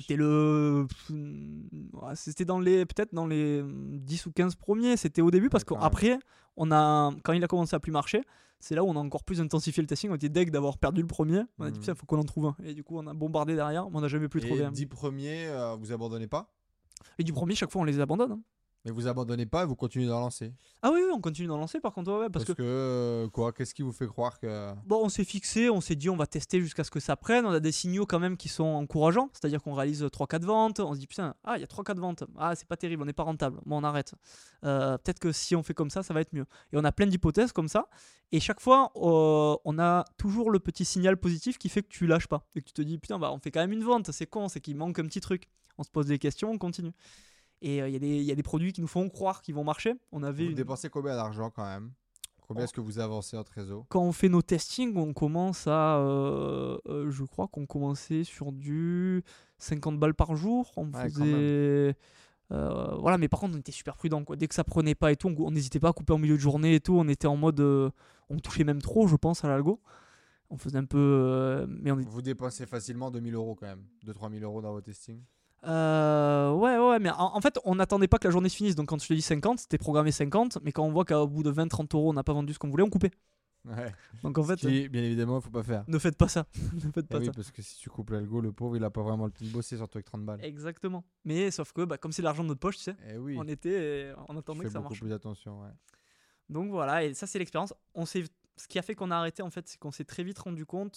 C'était peut-être dans les 10 ou 15 premiers. C'était au début parce qu'après, quand il a commencé à plus marcher, c'est là où on a encore plus intensifié le testing. On était deg d'avoir perdu le premier. On a dit, putain, il faut qu'on en trouve un. Et du coup, on a bombardé derrière, mais on n'a jamais plus trouvé un. Et 10 premiers, vous abandonnez pas? Et du premier, chaque fois, on les abandonne. Hein. Mais vous abandonnez pas et vous continuez d'en lancer? Ah oui, on continue d'en lancer par contre. Ouais, parce que quoi? Qu'est-ce qui vous fait croire que... Bon, on s'est fixé, on s'est dit on va tester jusqu'à ce que ça prenne. On a des signaux quand même qui sont encourageants. C'est-à-dire qu'on réalise 3-4 ventes. On se dit putain, il y a 3-4 ventes. Ah, c'est pas terrible, on n'est pas rentable. Bon, on arrête. Peut-être que si on fait comme ça va être mieux. Et on a plein d'hypothèses comme ça. Et chaque fois, on a toujours le petit signal positif qui fait que tu lâches pas. Et que tu te dis putain, on fait quand même une vente. C'est con, c'est qu'il manque un petit truc. On se pose des questions, on continue. Et il y a des produits qui nous font croire qu'ils vont marcher. Vous dépensez combien d'argent quand même? Combien est-ce que vous avancez en réseau? Quand on fait nos testings, on commence à... je crois qu'on commençait sur du 50 balles par jour. On faisait... voilà, mais par contre, on était super prudent. Dès que ça prenait pas et tout, on n'hésitait pas à couper en milieu de journée et tout. On était en mode... on touchait même trop, je pense, à l'algo. On faisait un peu... Vous dépensez facilement 2 000 euros quand même. 2-3 000 euros dans vos testings. Ouais, mais en fait, on n'attendait pas que la journée se finisse. Donc, quand je te dis 50, c'était programmé 50. Mais quand on voit qu'au bout de 20-30 euros, on n'a pas vendu ce qu'on voulait, on coupait. Ouais. Donc, en fait, bien évidemment, il faut pas faire. Ne faites pas ça. Ne faites pas oui, ça. parce que si tu coupes l'algo, le pauvre, il a pas vraiment le temps de bosser, surtout avec 30 balles. Exactement. Mais sauf que, comme c'est l'argent de notre poche, tu sais, on attendait que ça marche. Beaucoup plus attention, ouais. Donc voilà, et ça, c'est l'expérience. Ce qui a fait qu'on a arrêté, en fait, c'est qu'on s'est très vite rendu compte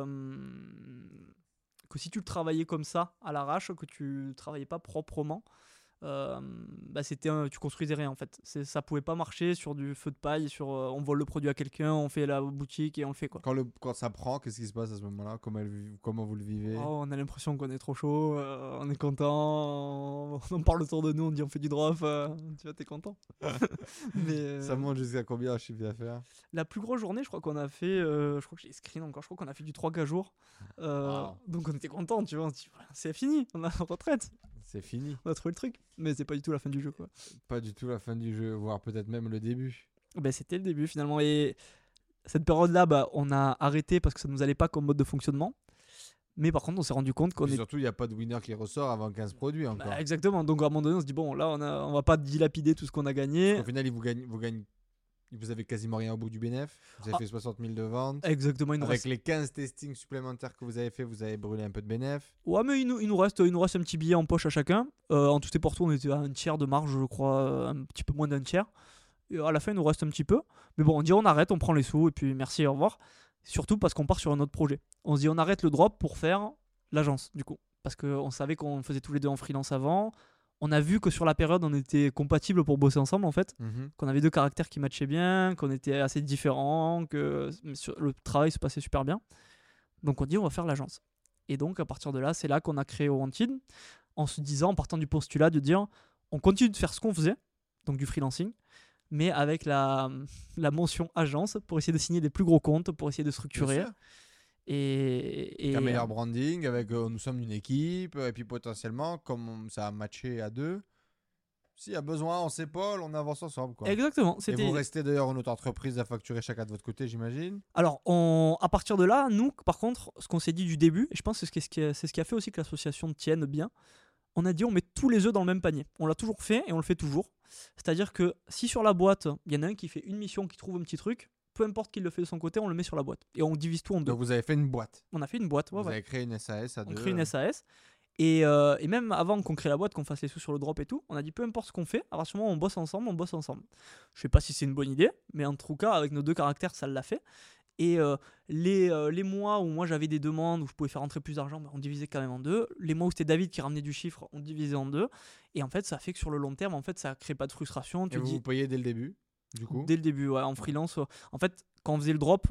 que si tu le travaillais comme ça, à l'arrache, que tu ne travaillais pas proprement, tu construisais rien en fait. Ça pouvait pas marcher sur du feu de paille, on vole le produit à quelqu'un, on fait la boutique et on le fait quoi. Quand ça prend, qu'est-ce qui se passe à ce moment-là? Comment vous le vivez? On a l'impression qu'on est trop chaud, on est content, on parle autour de nous, on dit on fait du drop, tu vois, t'es content. Mais, ça monte jusqu'à combien en chiffre d'affaires? La plus grosse journée, je crois qu'on a fait, je crois que j'ai les screens encore, je crois qu'on a fait du 3-4 jours. Donc on était content, tu vois, on se dit c'est fini, on a retraite. C'est fini. On a trouvé le truc, mais c'est pas du tout la fin du jeu quoi. Pas du tout la fin du jeu, voire peut-être même le début. C'était le début finalement, et cette période-là, on a arrêté parce que ça nous allait pas comme mode de fonctionnement. Mais par contre, on s'est rendu compte surtout, il n'y a pas de winner qui ressort avant 15 produits encore. Exactement, donc à un moment donné, on se dit bon, là, on va pas dilapider tout ce qu'on a gagné. Au final, vous avez quasiment rien au bout du bénéf. Vous avez fait 60 000 de ventes. Exactement. Avec les 15 testings supplémentaires que vous avez fait, vous avez brûlé un peu de bénéf. Ouais, mais il nous reste un petit billet en poche à chacun. En tout et pour tout, on était à 1/3 de marge, je crois, un petit peu moins d'1/3. Et à la fin, il nous reste un petit peu. Mais bon, on dit on arrête, on prend les sous et puis merci, au revoir. Surtout parce qu'on part sur un autre projet. On se dit on arrête le drop pour faire l'agence, du coup. Parce qu'on savait qu'on faisait tous les deux en freelance avant. on a vu que sur la période, on était compatibles pour bosser ensemble en fait. Qu'on avait deux caractères qui matchaient bien, qu'on était assez différents, que le travail se passait super bien. Donc on dit on va faire l'agence. Et donc à partir de là, c'est là qu'on a créé Wanted, en se disant, en partant du postulat de dire on continue de faire ce qu'on faisait, donc du freelancing, mais avec la mention agence pour essayer de signer des plus gros comptes, pour essayer de structurer. Et un meilleur branding, avec nous sommes une équipe, et puis potentiellement, comme ça a matché à deux, s'il y a besoin, on s'épaule, on avance ensemble. Quoi. Exactement. Et vous restez d'ailleurs en auto-entreprise à facturer chacun de votre côté, j'imagine. Alors, à partir de là, nous, par contre, ce qu'on s'est dit du début, et je pense que c'est ce qui a fait aussi que l'association tienne bien, on a dit on met tous les œufs dans le même panier. On l'a toujours fait et on le fait toujours. C'est-à-dire que si sur la boîte, il y en a un qui fait une mission, qui trouve un petit truc, peu importe qui le fait de son côté, on le met sur la boîte. Et on divise tout en deux. Donc vous avez fait une boîte. On a fait une boîte. Vous avez créé une SAS à deux. On crée une SAS. Et même avant qu'on crée la boîte, qu'on fasse les sous sur le drop et tout, on a dit peu importe ce qu'on fait, à partir du moment où on bosse ensemble, on bosse ensemble. Je sais pas si c'est une bonne idée, mais en tout cas, avec nos deux caractères, ça l'a fait. Et les mois où moi j'avais des demandes, où je pouvais faire rentrer plus d'argent, on divisait quand même en deux. Les mois où c'était David qui ramenait du chiffre, on divisait en deux. Et en fait, ça fait que sur le long terme, en fait, ça crée pas de frustration. Et vous payez dès le début, du coup ? Dès le début, ouais, en freelance. En fait, quand on faisait le drop,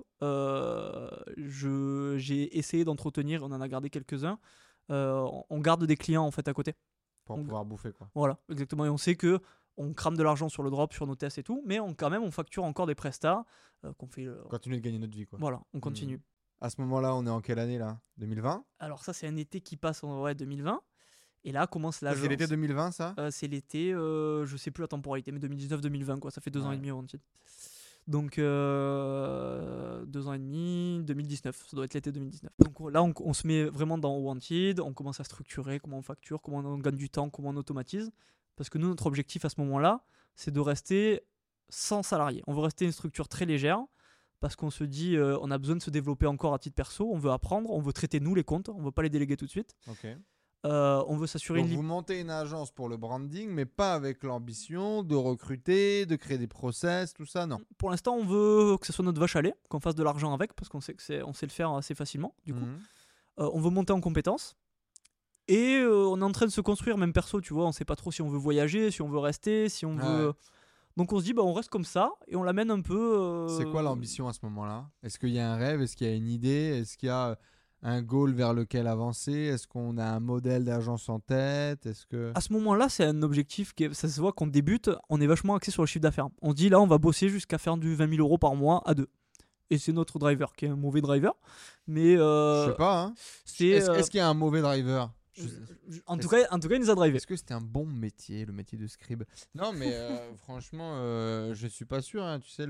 j'ai essayé d'entretenir, on en a gardé quelques-uns. On garde des clients en fait à côté. Pour pouvoir bouffer, quoi. Voilà, exactement. Et on sait que on crame de l'argent sur le drop, sur nos tests et tout, mais quand même, on facture encore des prestats qu'on fait. On continue de gagner notre vie, quoi. Voilà, on continue. À ce moment-là, on est en quelle année, là ? 2020 ? Alors ça, c'est un été qui passe en 2020. Et là commence l'agence. C'est l'été 2020, ça ? C'est l'été, je sais plus la temporalité, mais 2019-2020, quoi. Ça fait 2 ans et demi au Wanted. Donc 2 ans et demi, 2019, ça doit être l'été 2019. Donc là, on se met vraiment dans Wanted, on commence à structurer comment on facture, comment on gagne du temps, comment on automatise. Parce que nous, notre objectif à ce moment-là, c'est de rester sans salariés. On veut rester une structure très légère parce qu'on se dit on a besoin de se développer encore à titre perso, on veut apprendre, on veut traiter nous les comptes, on veut pas les déléguer tout de suite. Ok. On veut s'assurer. Donc vous montez une agence pour le branding, mais pas avec l'ambition de recruter, de créer des process, tout ça, non. Pour l'instant, on veut que ce soit notre vache à lait, qu'on fasse de l'argent avec, parce qu'on sait on sait le faire assez facilement. Du coup, on veut monter en compétences. Et on est en train de se construire, même perso, tu vois, on sait pas trop si on veut voyager, si on veut rester, si on veut... Donc on se dit, on reste comme ça, et on l'amène un peu... C'est quoi l'ambition à ce moment-là ? Est-ce qu'il y a un rêve ? Est-ce qu'il y a une idée ? Est-ce qu'il y a un goal vers lequel avancer ? Est-ce qu'on a un modèle d'agence en tête ? À ce moment-là, c'est un objectif, ça se voit qu'on débute, on est vachement axé sur le chiffre d'affaires. On dit, là, on va bosser jusqu'à faire du 20 000 € par mois à deux. Et c'est notre driver, qui est un mauvais driver. Mais... Je sais pas, hein. Est-ce qu'il y a un mauvais driver ? En tout cas, il nous a drivé. Est-ce que c'était un bon métier, le métier de scribe ? Non, mais franchement, je suis pas sûr. Hein. Tu sais,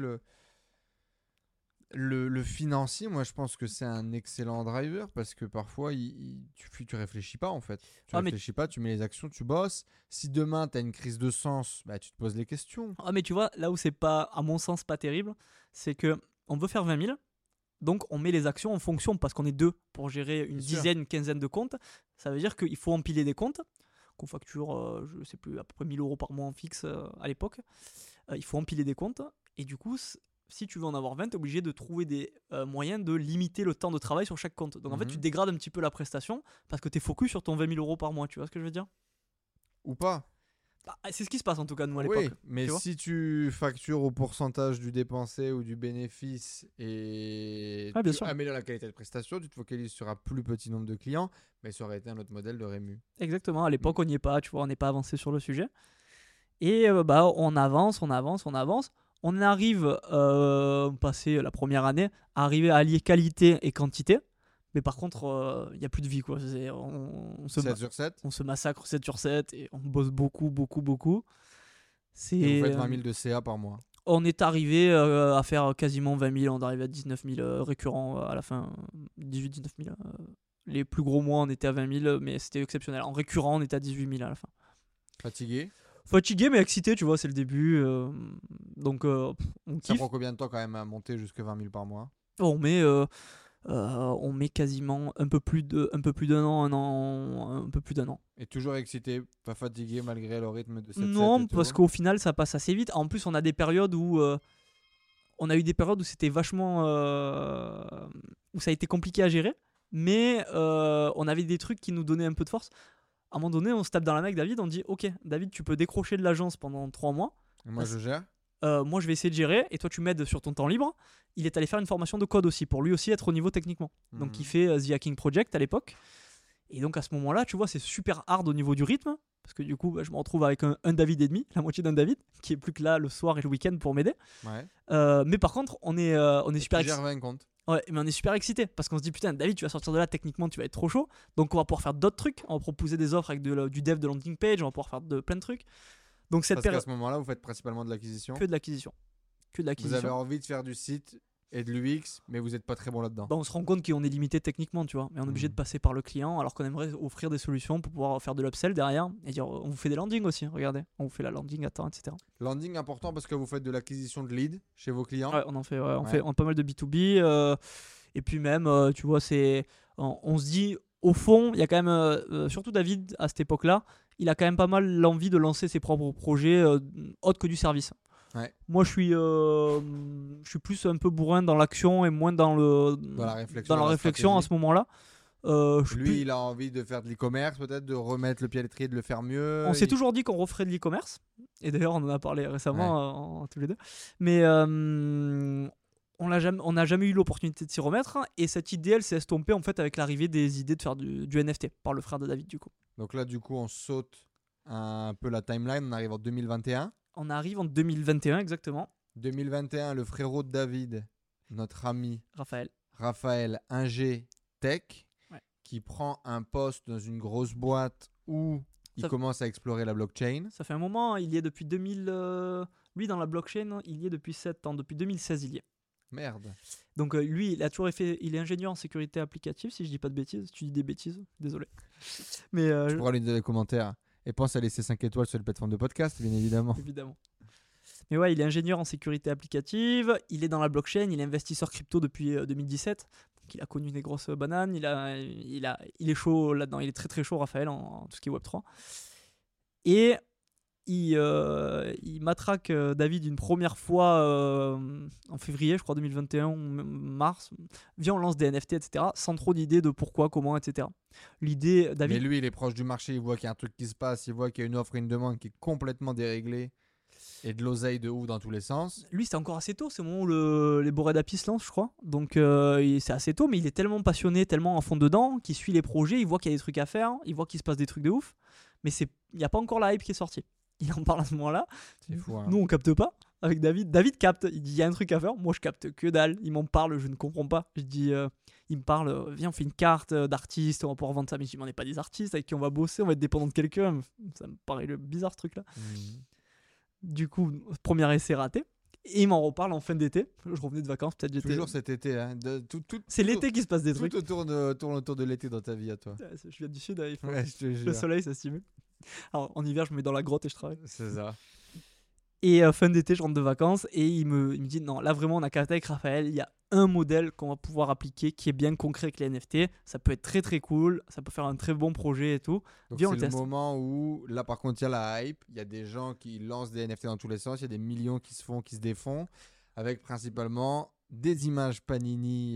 le financier, moi, je pense que c'est un excellent driver parce que parfois, tu réfléchis pas en fait. Tu réfléchis pas, tu mets les actions, tu bosses. Si demain, tu as une crise de sens, bah, tu te poses les questions. Ah, mais tu vois, là où c'est pas, à mon sens, pas terrible, c'est que on veut faire 20 000. Donc, on met les actions en fonction parce qu'on est deux pour gérer une dizaine, une quinzaine de comptes. Ça veut dire qu'il faut empiler des comptes qu'on facture, je sais plus, à peu près 1 000 € par mois en fixe à l'époque. Il faut empiler des comptes. Et du coup, si tu veux en avoir 20, tu es obligé de trouver des moyens de limiter le temps de travail sur chaque compte. Donc, en fait, tu dégrades un petit peu la prestation parce que tu es focus sur ton 20 000 € par mois. Tu vois ce que je veux dire ? Ou pas ? C'est ce qui se passe en tout cas nous à l'époque. Oui, mais si tu factures au pourcentage du dépensé ou du bénéfice et tu améliores la qualité de prestation, tu te focalises sur un plus petit nombre de clients, mais ça aurait été un autre modèle de rému. Exactement, à l'époque on n'y est pas, tu vois, on n'est pas avancé sur le sujet. Et on avance. On arrive, passé la première année, à arriver à allier qualité et quantité. Mais par contre, il n'y a plus de vie, quoi. 7 sur 7 on se massacre 7 sur 7 et on bosse beaucoup. Et vous faites 20 000 de CA par mois. On est arrivé à faire quasiment 20 000. On est arrivé à 19 000 récurrents à la fin. 18-19 000. Les plus gros mois, on était à 20 000, mais c'était exceptionnel. En récurrent, on était à 18 000 à la fin. Fatigué, mais excité, tu vois, c'est le début. Donc, on kiffe. Ça prend combien de temps quand même à monter jusqu'à 20 000 par mois ? On met quasiment un peu plus d'un an, un peu plus d'un an. Et toujours excité, pas fatigué malgré le rythme de cette Non, parce qu'au final, ça passe assez vite. En plus, on a des périodes où... c'était vachement... où ça a été compliqué à gérer. Mais on avait des trucs qui nous donnaient un peu de force. À un moment donné, on se tape dans la main avec David, on dit ok, David, tu peux décrocher de l'agence pendant 3 mois. Moi, je gère. Moi, je vais essayer de gérer et toi, tu m'aides sur ton temps libre. Il est allé faire une formation de code aussi pour lui aussi être au niveau techniquement. Donc, il fait The Hacking Project à l'époque. Et donc, à ce moment-là, tu vois, c'est super hard au niveau du rythme. Parce que du coup, je me retrouve avec un David et demi, la moitié d'un David, qui est plus que là le soir et le week-end pour m'aider. Ouais. Mais par contre, on est super Tu gères 20 comptes. Ouais, mais on est super excité parce qu'on se dit putain, David, tu vas sortir de là, techniquement, tu vas être trop chaud. Donc, on va pouvoir faire d'autres trucs. On va proposer des offres avec du dev de landing page. On va pouvoir faire plein de trucs. Donc, cette Parce qu'à ce moment-là, vous faites principalement de l'acquisition. Que de l'acquisition. Vous avez envie de faire du site et de l'UX, mais vous n'êtes pas très bon là-dedans. Bah, on se rend compte qu'on est limité techniquement, tu vois. Mais on est obligé de passer par le client alors qu'on aimerait offrir des solutions pour pouvoir faire de l'upsell derrière et dire on vous fait des landings aussi, regardez. On vous fait la landing à temps, etc. Landing important parce que vous faites de l'acquisition de leads chez vos clients. Ouais, on en fait, on fait pas mal de B2B. Et puis même, tu vois, on se dit, au fond, il y a quand même, surtout David, à cette époque-là, il a quand même pas mal l'envie de lancer ses propres projets autres que du service. Ouais. Moi, je suis plus un peu bourrin dans l'action et moins dans la réflexion à ce moment-là. Lui, il a envie de faire de l'e-commerce, peut-être de remettre le pied à l'étrier, de le faire mieux. On s'est toujours dit qu'on referait de l'e-commerce. Et d'ailleurs, on en a parlé récemment tous les deux. Mais on n'a jamais eu l'opportunité de s'y remettre. Et cette idée, elle s'est estompée en fait avec l'arrivée des idées de faire du NFT par le frère de David, du coup. Donc là, du coup, on saute un peu la timeline. On arrive en 2021. On arrive en 2021, exactement. 2021, le frérot de David, notre ami Raphaël, ingé tech, qui prend un poste dans une grosse boîte où il commence à explorer la blockchain. Ça fait un moment, il y est depuis 2000. Lui, dans la blockchain, il y est depuis 7 ans. Depuis 2016, il y est. Merde. Donc lui, il a toujours fait. Il est ingénieur en sécurité applicative, si je dis pas de bêtises. Si tu dis des bêtises, désolé. Mais tu pourras lui donner les commentaires. Et pense à laisser 5 étoiles sur les plateformes de podcast, bien évidemment. Évidemment. Mais ouais, il est ingénieur en sécurité applicative, il est dans la blockchain, il est investisseur crypto depuis 2017. Donc il a connu des grosses bananes, il est chaud là-dedans, il est très très chaud, Raphaël, en tout ce qui est Web3. Et il matraque David une première fois en février, je crois 2021 ou mars. Viens, on lance des NFT, etc. Sans trop d'idées de pourquoi, comment, etc. L'idée, David. Mais lui, il est proche du marché, il voit qu'il y a un truc qui se passe, il voit qu'il y a une offre et une demande qui est complètement déréglée et de l'oseille de ouf dans tous les sens. Lui, c'était encore assez tôt, c'est au moment où les Bored Api se lancent, je crois. Donc c'est assez tôt, mais il est tellement passionné, tellement en fond dedans, qu'il suit les projets, il voit qu'il y a des trucs à faire, il voit qu'il se passe des trucs de ouf. Mais il n'y a pas encore la hype qui est sortie. Il en parle à ce moment-là. C'est fou, hein. Nous, on capte pas. Avec David, capte. Il dit il y a un truc à faire. Moi, je capte que dalle. Il m'en parle, je ne comprends pas. Je dis, il me parle, viens, on fait une carte d'artiste, on va pouvoir vendre ça. Mais je dis, on n'est pas des artistes avec qui on va bosser, on va être dépendant de quelqu'un. Ça me paraît bizarre ce truc-là. Du coup, premier essai raté. Et il m'en reparle en fin d'été. Je revenais de vacances, peut-être j'étais. Toujours cet été, hein. C'est l'été qui se passe des trucs. Tout tourne autour de l'été dans ta vie à toi. Je viens du sud, il faut... je te jure. Le soleil, ça stimule. Alors en hiver, je me mets dans la grotte et je travaille. C'est ça. Et fin d'été, je rentre de vacances et il me dit non, là vraiment, on a capté avec Raphaël, il y a un modèle qu'on va pouvoir appliquer qui est bien concret avec les NFT. Ça peut être très très cool, ça peut faire un très bon projet et tout. Donc viens, c'est le moment où, là par contre, il y a la hype, il y a des gens qui lancent des NFT dans tous les sens, il y a des millions qui se défont, avec principalement des images Panini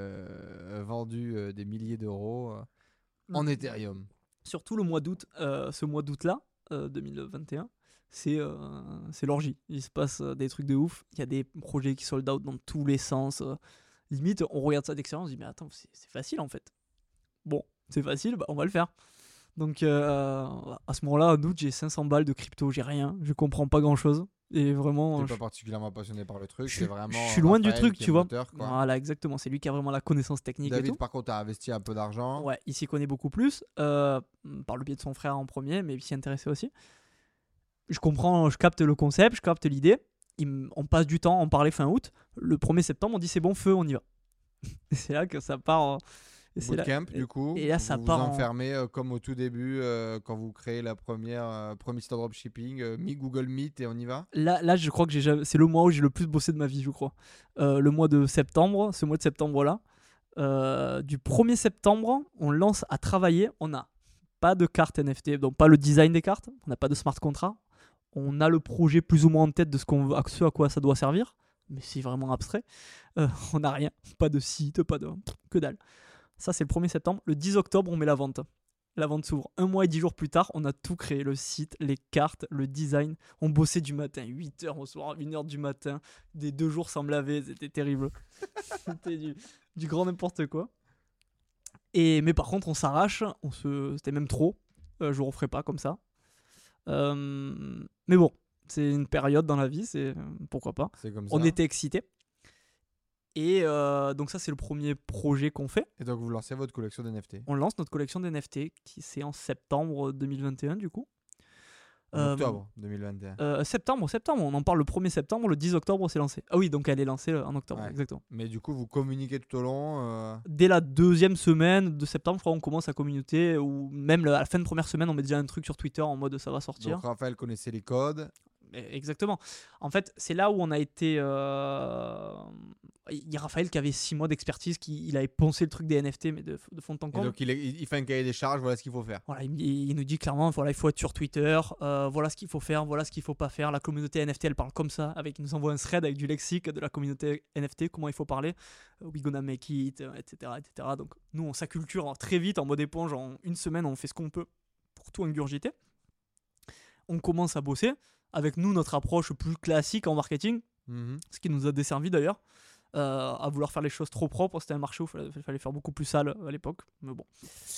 vendues des milliers d'euros en Ethereum. Surtout le mois d'août, ce mois d'août-là, 2021, c'est l'orgie. Il se passe des trucs de ouf. Il y a des projets qui sold out dans tous les sens. Limite, on regarde ça d'extérieur, on se dit, mais attends, c'est facile en fait. Bon, c'est facile, bah, on va le faire. Donc à ce moment-là, en août, j'ai 500 balles de crypto, j'ai rien, je comprends pas grand-chose. Et vraiment, t'es pas particulièrement passionné par le truc, je suis suis loin du truc, tu vois. Moteur, quoi. Voilà, exactement. C'est lui qui a vraiment la connaissance technique. David, et tout. par contre, a investi un peu d'argent. Ouais, il s'y connaît beaucoup plus, par le biais de son frère en premier, mais il s'y intéressait aussi. Je comprends, je capte le concept, je capte l'idée. On passe du temps, on parlait fin août. Le 1er septembre, on dit c'est bon, feu, on y va. Et c'est là que ça part. Bootcamp, du coup. Et là, ça part. Vous enfermez comme au tout début, quand vous créez la premier site dropshipping, Google Meet et on y va. Là, je crois que c'est le mois où j'ai le plus bossé de ma vie, je crois. Le mois de septembre, ce mois de septembre-là. Du 1er septembre, on lance à travailler. On n'a pas de carte NFT, donc pas le design des cartes. On n'a pas de smart contract. On a le projet plus ou moins en tête de ce à quoi ça doit servir, mais c'est vraiment abstrait. On n'a rien, pas de site, pas de... que dalle. Ça, c'est le 1er septembre. Le 10 octobre, on met la vente. La vente s'ouvre 1 mois et 10 jours plus tard. On a tout créé, le site, les cartes, le design. On bossait du matin, 8h au soir, 1h du matin, des 2 jours sans me laver, c'était terrible. C'était du grand n'importe quoi. Mais par contre, on s'arrache, c'était même trop. Je referai pas comme ça. Mais bon, c'est une période dans la vie, pourquoi pas. C'est comme ça. On était excités. Et donc ça, c'est le premier projet qu'on fait. Et donc vous lancez votre collection d'NFT. On lance notre collection d'NFT, qui c'est en septembre 2021 du coup. En octobre 2021. Septembre, on en parle le 1er septembre, le 10 octobre c'est lancé. Ah oui, donc elle est lancée en octobre, Ouais. exactement. Mais du coup, vous communiquez tout au long. Dès la 2e semaine de septembre, je crois, on commence à communiquer, ou même à la fin de première semaine, on met déjà un truc sur Twitter en mode ça va sortir. Donc Raphaël connaissait les codes. Exactement. En fait, c'est là où on a été. Il y a Raphaël qui avait 6 mois d'expertise, il avait poncé le truc des NFT, mais de fond en Et comble. donc il fait un cahier des charges, voilà ce qu'il faut faire. Voilà, il nous dit clairement, voilà, il faut être sur Twitter, voilà ce qu'il faut faire, voilà ce qu'il faut pas faire. La communauté NFT, elle parle comme ça, il nous envoie un thread avec du lexique de la communauté NFT, comment il faut parler, we gonna make it, etc., etc. Donc nous, on s'acculture très vite en mode éponge, en une semaine, on fait ce qu'on peut pour tout ingurgiter. On commence à bosser avec nous notre approche plus classique en marketing, ce qui nous a desservi d'ailleurs. À vouloir faire les choses trop propres, c'était un marché où il fallait faire beaucoup plus sale à l'époque, mais bon.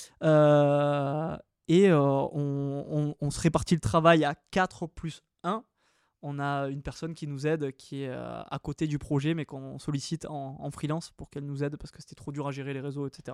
On se répartit le travail à 4 plus 1. On a une personne qui nous aide, qui est à côté du projet, mais qu'on sollicite en freelance pour qu'elle nous aide parce que c'était trop dur à gérer les réseaux, etc.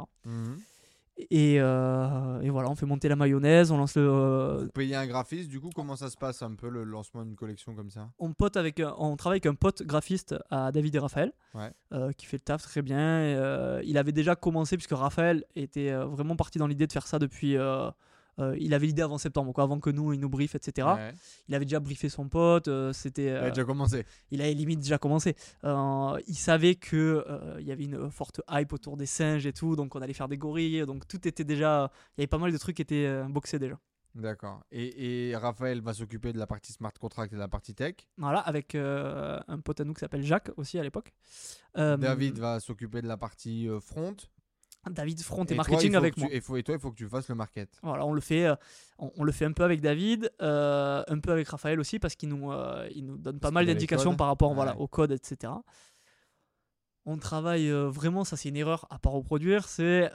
Et voilà, on fait monter la mayonnaise, on lance le. Vous payez un graphiste, du coup, comment ça se passe un peu le lancement d'une collection comme ça? On travaille avec un pote graphiste à David et Raphaël, Ouais. qui fait le taf très bien. Il avait déjà commencé, puisque Raphaël était vraiment parti dans l'idée de faire ça depuis. Il avait l'idée avant septembre, quoi, avant que il nous briefe, etc. Ouais. Il avait déjà briefé son pote. Il a déjà commencé. Il avait limite déjà commencé. Il savait que il y avait une forte hype autour des singes et tout, donc on allait faire des gorilles. Donc tout était déjà. Il y avait pas mal de trucs qui étaient boxés déjà. D'accord. Et Raphaël va s'occuper de la partie smart contract et de la partie tech. Voilà, avec un pote à nous qui s'appelle Jacques aussi à l'époque. David va s'occuper de la partie front. David front et toi, marketing avec moi. Et toi, il faut que tu fasses le market. Voilà, on le fait un peu avec David, un peu avec Raphaël aussi parce qu'il nous donne pas mal qu'il a les d'indications codes. par rapport Ouais. au code, etc. On travaille vraiment, ça c'est une erreur à pas reproduire, c'est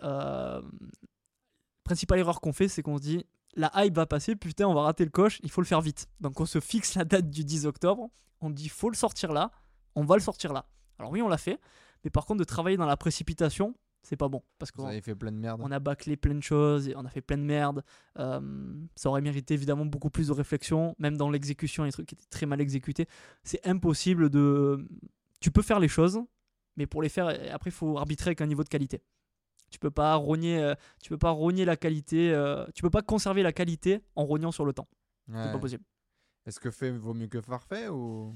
principale erreur qu'on fait, c'est qu'on se dit la hype va passer, putain on va rater le coche, il faut le faire vite. Donc on se fixe la date du 10 octobre, on dit faut le sortir là, on va le sortir là. Alors oui on l'a fait, mais par contre de travailler dans la précipitation, c'est pas bon parce Vous avez fait plein de merde. on a bâclé plein de choses, on a fait plein de merde. Ça aurait mérité évidemment beaucoup plus de réflexion, même dans l'exécution, les trucs qui étaient très mal exécutés. C'est impossible de. Tu peux faire les choses, mais pour les faire, après, il faut arbitrer avec un niveau de qualité. Tu peux pas rogner la qualité. Tu peux pas conserver la qualité en rognant sur le temps. Ouais. C'est pas possible. Est-ce que fait vaut mieux que parfait ou...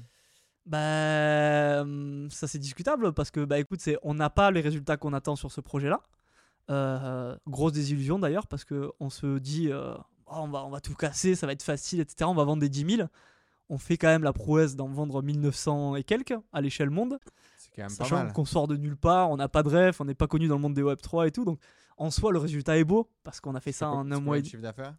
Bah, ça c'est discutable parce que bah écoute, on n'a pas les résultats qu'on attend sur ce projet-là. Grosse désillusion d'ailleurs parce que on se dit on va tout casser, ça va être facile, etc. On va vendre des 10 000. On fait quand même la prouesse d'en vendre 1900 et quelques à l'échelle monde. C'est quand même Sachant pas mal. qu'on sort de nulle part, on n'a pas de ref, on n'est pas connu dans le monde des Web3 et tout. Donc en soi, le résultat est beau parce qu'on a fait ça en un mois et de chiffre d'affaires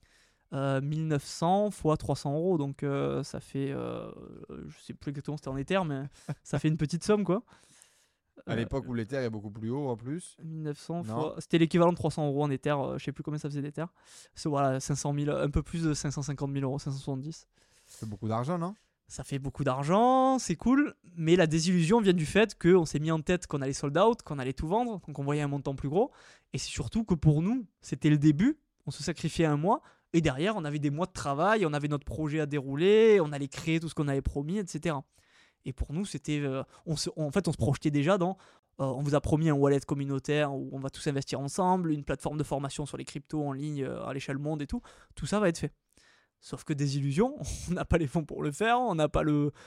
1900 fois 300 euros, donc ça fait, je sais plus exactement c'était en Ether, mais ça fait une petite somme quoi. À l'époque où l'Ether est beaucoup plus haut en plus. 1900 Non. fois, c'était l'équivalent de 300 euros en Ether, je sais plus combien ça faisait d'Ether. C'est voilà, 500 000, un peu plus de 550 000 euros, 570. C'est beaucoup d'argent, non? Ça fait beaucoup d'argent, c'est cool, mais la désillusion vient du fait qu'on s'est mis en tête qu'on allait sold out, qu'on allait tout vendre, donc on voyait un montant plus gros, et c'est surtout que pour nous, c'était le début, on se sacrifiait un mois, et derrière, on avait des mois de travail, on avait notre projet à dérouler, on allait créer tout ce qu'on avait promis, etc. Et pour nous, c'était, on se projetait déjà dans, on vous a promis un wallet communautaire où on va tous investir ensemble, une plateforme de formation sur les cryptos en ligne à l'échelle monde et tout ça va être fait. Sauf que désillusion, on n'a pas les fonds pour le faire, on n'a pas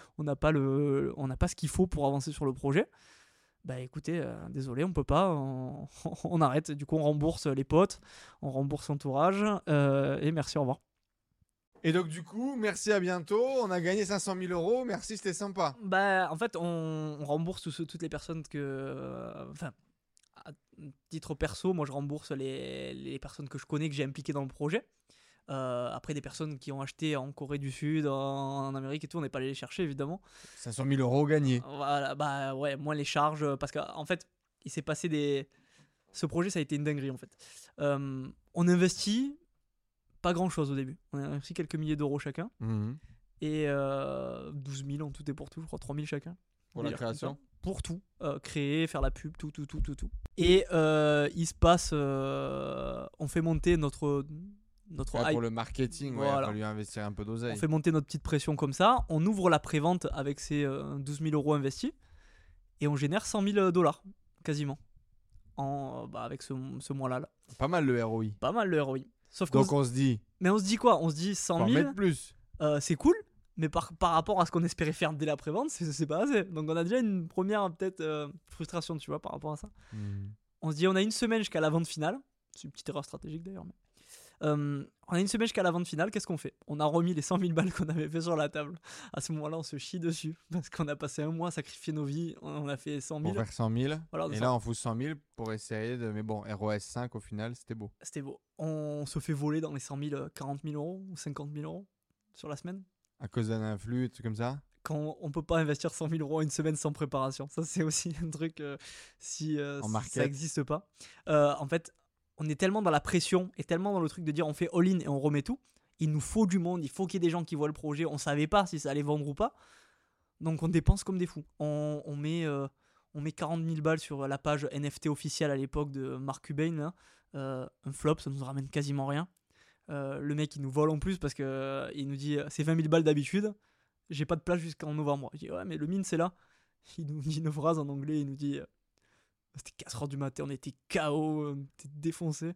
ce qu'il faut pour avancer sur le projet. Bah écoutez, désolé, on peut pas, on arrête. Du coup, on rembourse les potes, on rembourse l'entourage, et merci, au revoir. Et donc du coup, merci, à bientôt. On a gagné 500 000 euros. Merci, c'était sympa. Bah en fait, on rembourse toutes les personnes que... à titre perso, moi je rembourse les personnes que je connais, que j'ai impliquées dans le projet. Après, des personnes qui ont acheté en Corée du Sud, en Amérique et tout, on n'est pas allé les chercher évidemment. 500 000 euros gagnés. Voilà, bah ouais, moi les charges, parce qu'en fait, il s'est passé des. Ce projet, ça a été une dinguerie en fait. On investit pas grand chose au début. On a investi quelques milliers d'euros chacun. Mhm. Et 12 000 en tout et pour tout, je crois, 3 000 chacun. Pour la Délire comme création. ça. Pour tout. Créer, faire la pub, tout. Et il se passe. On fait monter notre Ouais, hype. pour le marketing, ouais, il a Voilà. fallu investir un peu d'oseille. On fait monter notre petite pression comme ça. On ouvre la prévente avec ces 12 000 euros investis. Et on génère 100 000 dollars, quasiment. Avec ce mois-là. Là. Pas mal le ROI. Pas mal le ROI. Sauf qu'on Donc on se dit, Mais on se dit quoi? On se dit faut 100 en 000, mettre plus. c'est cool. Mais par rapport à ce qu'on espérait faire dès la prévente, c'est pas assez. Donc on a déjà une première peut-être frustration, tu vois, par rapport à ça. Mhm. On se dit on a une semaine jusqu'à la vente finale. C'est une petite erreur stratégique d'ailleurs. Mais... on a une semaine jusqu'à la vente finale. Qu'est-ce qu'on fait? On a remis les 100 000 balles qu'on avait fait sur la table. À ce moment-là, on se chie dessus. Parce qu'on a passé un mois à sacrifier nos vies. On a fait 100 000. Pour faire 100 000. Voilà, Et ça. là, on fout 100 000 pour essayer de. Mais bon, ROS 5 au final, c'était beau. C'était beau. On se fait voler dans les 100 000, 40 000 euros ou 50 000 euros sur la semaine. À cause d'un influx, et tout comme ça. Quand on peut pas investir 100 000 euros une semaine sans préparation. Ça, c'est aussi un truc si market. ça n'existe pas. En fait, on est tellement dans la pression et tellement dans le truc de dire on fait all-in et on remet tout. Il nous faut du monde, il faut qu'il y ait des gens qui voient le projet. On savait pas si ça allait vendre ou pas. Donc on dépense comme des fous. On met 40 000 balles sur la page NFT officielle à l'époque de Mark Cuban. Là. Un flop, ça nous ramène quasiment rien. Le mec, il nous vole en plus parce qu'il nous dit c'est 20 000 balles d'habitude. J'ai pas de place jusqu'en novembre. Je dis ouais, mais le mine c'est là. Il nous dit une phrase en anglais. Il nous dit c'était 4h du matin, on était KO, on était défoncé.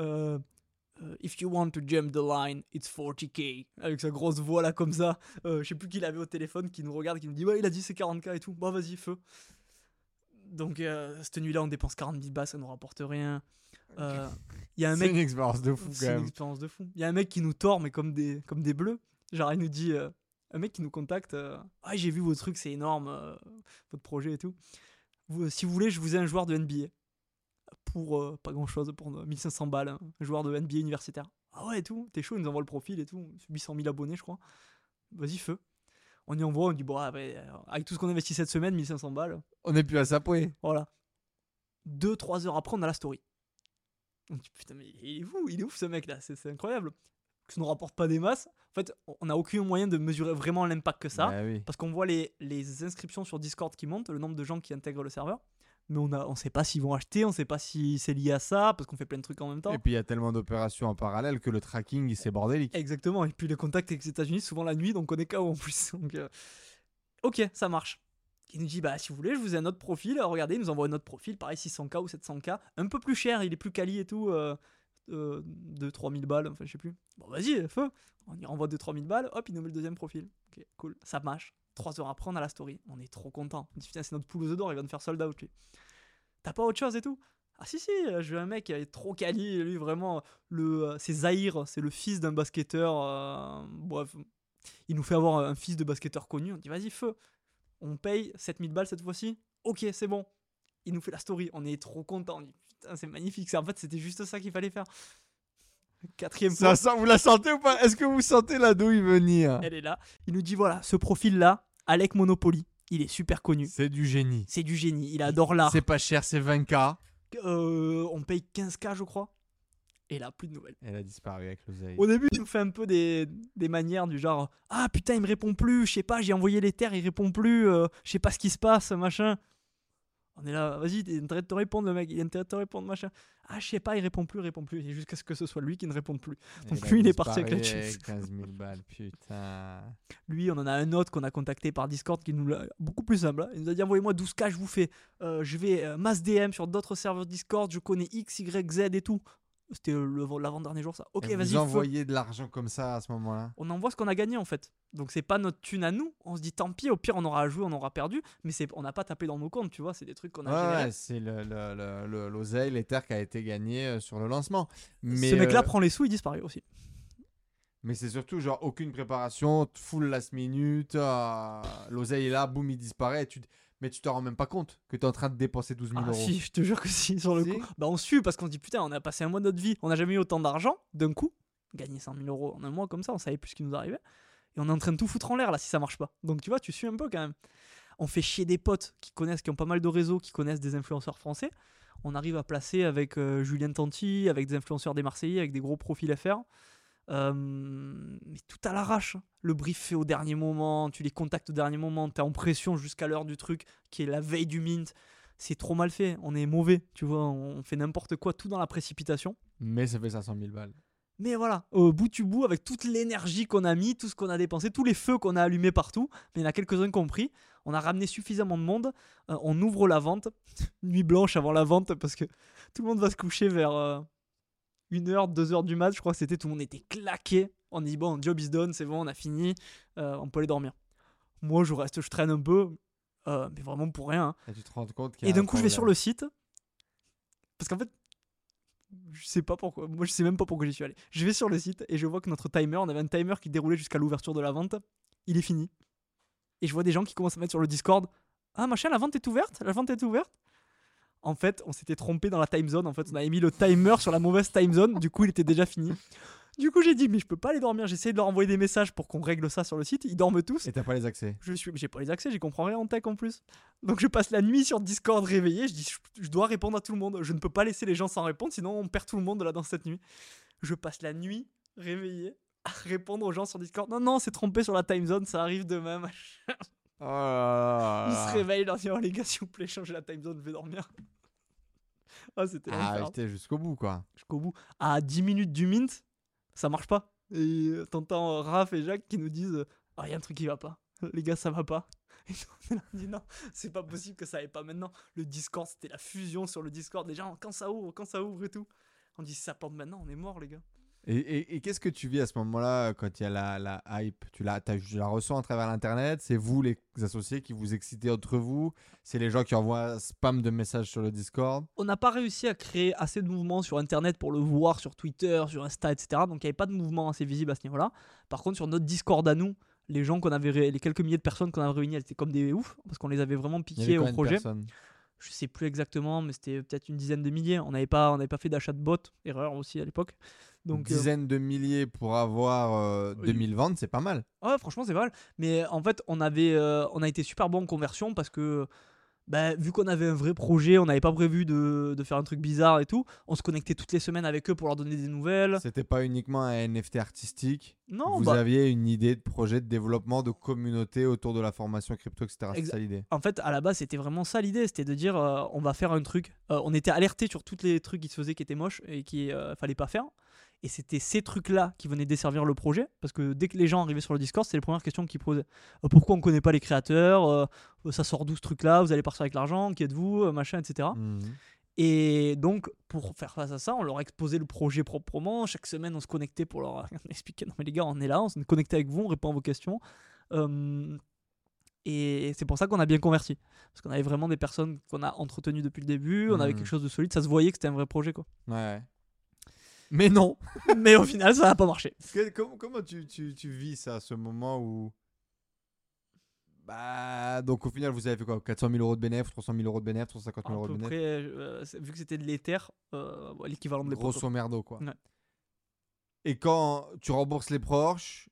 If you want to jump the line, it's 40K. Avec sa grosse voix là comme ça. Je sais plus qui l'avait au téléphone qui nous regarde, qui nous dit ouais, il a dit c'est 40K et tout. Bah vas-y, feu. Donc cette nuit-là, on dépense 40 000 balles, ça nous rapporte rien. Il y a un C'est mec. une expérience de fou quand C'est une même. expérience de fou. Il y a un mec qui nous tord, mais comme des bleus. Genre, il nous dit. Un mec qui nous contacte. Ah, j'ai vu vos trucs, c'est énorme, votre projet et tout. Si vous voulez, je vous ai un joueur de NBA. Pour pas grand chose, pour 1500 balles. Un joueur de NBA universitaire. Ah ouais, et tout. T'es chaud, il nous envoie le profil et tout. 800 000 abonnés, je crois. Vas-y, feu. On y envoie, on dit, bon, avec tout ce qu'on investit cette semaine, 1500 balles. On n'est plus à s'appuyer. Voilà. 2-3 heures après, on a la story. On dit, putain, mais il est où ce mec là? C'est incroyable. Que ça ne rapporte pas des masses. En fait, on n'a aucun moyen de mesurer vraiment l'impact que ça. Bah oui. Parce qu'on voit les inscriptions sur Discord qui montent, le nombre de gens qui intègrent le serveur. Mais on ne sait pas s'ils vont acheter, on ne sait pas si c'est lié à ça, parce qu'on fait plein de trucs en même temps. Et puis il y a tellement d'opérations en parallèle que le tracking, c'est bordélique. Exactement. Et puis les contacts avec les États-Unis, souvent la nuit, donc on est KO en plus. Donc, ok, ça marche. Il nous dit, bah si vous voulez, je vous ai un autre profil. Regardez, il nous envoie un autre profil, pareil 600K ou 700K. Un peu plus cher, il est plus quali et tout. 2-3 000 balles, enfin je sais plus. Bon, vas-y, feu. On y renvoie 2-3 000 balles, hop, il nous met le deuxième profil. Ok, cool, ça marche. 3 heures après, on a la story. On est trop content. On dit, putain, c'est notre poule aux œufs d'or, il va nous faire sold out, lui. T'as pas autre chose et tout? Ah si, je veux un mec qui est trop quali, lui, vraiment. C'est Zahir, c'est le fils d'un basketteur. Bref, il nous fait avoir un fils de basketteur connu. On dit, vas-y, feu. On paye 7 000 balles cette fois-ci. Ok, c'est bon. Il nous fait la story. On est trop content. On dit, putain, c'est magnifique. En fait, c'était juste ça qu'il fallait faire. Quatrième fois. Vous la sentez ou pas? Est-ce que vous sentez la douille venir? Elle est là. Il nous dit, voilà, ce profil-là, Alec Monopoly, il est super connu. C'est du génie. C'est du génie. Il adore l'art. C'est pas cher, c'est 20K. On paye 15K, je crois. Et là, plus de nouvelles. Elle a disparu avec l'oseille. Au début, il nous fait un peu des manières du genre ah putain, il me répond plus, je sais pas, j'ai envoyé les terres, il répond plus, je sais pas ce qui se passe, machin. On est là, vas-y, il a intérêt de te répondre, le mec, il a intérêt de te répondre, machin. Ah, je sais pas, il répond plus, et jusqu'à ce que ce soit lui qui ne réponde plus. Donc lui, il est parti avec la thune. 15 000 balles, putain. Lui, on en a un autre qu'on a contacté par Discord qui nous l'a beaucoup plus simple. Hein. Il nous a dit envoyez-moi 12K, je vous fais. Je vais mass DM sur d'autres serveurs Discord, je connais X, Y, Z et tout. C'était l'avant-dernier jour, ça. Ok, Et vas-y. vous envoyez de l'argent comme ça à ce moment-là? On envoie ce qu'on a gagné en fait. Donc c'est pas notre thune à nous. On se dit tant pis, au pire on aura joué, on aura perdu. Mais on n'a pas tapé dans nos comptes, tu vois. C'est des trucs qu'on a générés. Ouais, c'est l'oseille, l'Ether qui a été gagné sur le lancement. Mais, ce mec-là prend les sous, il disparaît aussi. Mais c'est surtout genre aucune préparation, full last minute, l'oseille est là, boum, il disparaît. Mais tu te rends même pas compte que tu es en train de dépenser 12 000 Ah euros. si, je te jure que si, sur le Si. coup. Bah on suit parce qu'on se dit putain, on a passé un mois de notre vie, on n'a jamais eu autant d'argent d'un coup. Gagner 100 000 euros en un mois comme ça, on savait plus ce qui nous arrivait. Et on est en train de tout foutre en l'air là si ça marche pas. Donc tu vois, tu suis un peu quand même. On fait chier des potes qui ont pas mal de réseaux, qui connaissent des influenceurs français. On arrive à placer avec Julien Tanti, avec des influenceurs des Marseillais, avec des gros profils à faire. Mais tout à l'arrache. Le brief fait au dernier moment, tu les contactes au dernier moment, t'es en pression jusqu'à l'heure du truc qui est la veille du mint. C'est trop mal fait, on est mauvais, tu vois, on fait n'importe quoi, tout dans la précipitation. Mais ça fait 500 000 balles. Mais voilà, au bout du bout, avec toute l'énergie qu'on a mis, tout ce qu'on a dépensé, tous les feux qu'on a allumés partout, mais il y en a quelques-uns qui ont pris. On a ramené suffisamment de monde, on ouvre la vente, nuit blanche avant la vente, parce que tout le monde va se coucher vers 1h, 2h du mat, je crois que c'était, tout le monde était claqué. On dit bon, job is done, c'est bon, on a fini, on peut aller dormir. Moi, je reste, je traîne un peu, mais vraiment pour rien. Hein. Et tu te rends compte qu'il y a Et d'un un coup, je vais problème. sur le site, parce qu'en fait, je sais pas pourquoi, moi je sais même pas pourquoi j'y suis allé. Je vais sur le site et je vois que notre timer, on avait un timer qui déroulait jusqu'à l'ouverture de la vente, il est fini. Et je vois des gens qui commencent à mettre sur le Discord, ah machin, la vente est ouverte, la vente est ouverte. En fait, on s'était trompé dans la time zone. En fait, on avait mis le timer sur la mauvaise time zone. Du coup, il était déjà fini. Du coup, j'ai dit, mais je peux pas aller dormir. J'ai essayé de leur envoyer des messages pour qu'on règle ça sur le site. Ils dorment tous. Et t'as pas les accès. J'ai pas les accès, j'y comprends rien en tech en plus. Donc, je passe la nuit sur Discord réveillé. Je dis, je dois répondre à tout le monde. Je ne peux pas laisser les gens sans répondre, sinon on perd tout le monde là dans cette nuit. Je passe la nuit réveillé à répondre aux gens sur Discord. Non, non, c'est trompé sur la time zone, ça arrive demain. Oh là là Ils là se là. réveillent, ils leur disent, oh les gars, s'il vous plaît, changez la time zone, je vais dormir. Ah, c'était Ah, l'enfer. j'étais jusqu'au bout, quoi. Jusqu'au bout. À 10 minutes du mint, ça marche pas. Et t'entends Raph et Jacques qui nous disent ah, y a un truc qui va pas. Les gars, ça va pas. Et nous, on dit non, c'est pas possible que ça aille pas maintenant. Le Discord, c'était la fusion sur le Discord. Les gens, quand ça ouvre et tout. On dit si ça plante maintenant, on est mort, les gars. Et qu'est-ce que tu vis à ce moment-là quand il y a la hype? Tu la ressens à travers l'internet? C'est vous, les associés, qui vous excitez entre vous? C'est les gens qui envoient spam de messages sur le Discord? On n'a pas réussi à créer assez de mouvements sur Internet pour le voir sur Twitter, sur Insta, etc. Donc il n'y avait pas de mouvement assez visible à ce niveau-là. Par contre, sur notre Discord à nous, les gens qu'on avait, les quelques milliers de personnes qu'on avait réunies, elles étaient comme des oufs parce qu'on les avait vraiment Il y piquées avait au combien de projet. personnes? Je sais plus exactement, mais c'était peut-être une dizaine de milliers. On n'avait pas fait d'achat de bots, erreur aussi à l'époque. Une Donc, dizaine de milliers pour avoir Oui. 2000 ventes, c'est pas mal. ouais, franchement, c'est pas mal. Mais en fait, on a été super bon en conversion parce que, vu qu'on avait un vrai projet, on n'avait pas prévu de faire un truc bizarre et tout. On se connectait toutes les semaines avec eux pour leur donner des nouvelles. C'était pas uniquement un NFT artistique. Non, Vous aviez une idée de projet de développement de communauté autour de la formation crypto, etc. C'est ça l'idée. en fait, à la base, c'était vraiment ça l'idée. C'était de dire, on va faire un truc. On était alertés sur tous les trucs qui se faisaient qui étaient moches et qui fallait pas faire. Et c'était ces trucs-là qui venaient desservir le projet. Parce que dès que les gens arrivaient sur le Discord, c'était les premières questions qu'ils posaient. Pourquoi on connaît pas les créateurs ça sort d'où ce truc-là? Vous allez partir avec l'argent? Qui êtes-vous? Machin, etc. Mhm. Et donc, pour faire face à ça, on leur exposait le projet proprement. Chaque semaine, on se connectait pour leur expliquer non, mais les gars, on est là, on se connectait avec vous, on répond à vos questions. Et c'est pour ça qu'on a bien converti. Parce qu'on avait vraiment des personnes qu'on a entretenues depuis le début, on avait quelque chose de solide, ça se voyait que c'était un vrai projet, quoi. Ouais. Mais non. Mais au final, ça n'a pas marché. Comment tu vis ça, ce moment où... Bah, donc au final, vous avez fait quoi? 400 000 euros de bénéfice, 300 000 euros de bénéfice, 350 000 À euros de peu bénéfice? près, vu que c'était de l'Ether, l'équivalent de l'Ether. Grosso merdo, quoi. Ouais. Et quand tu rembourses les proches,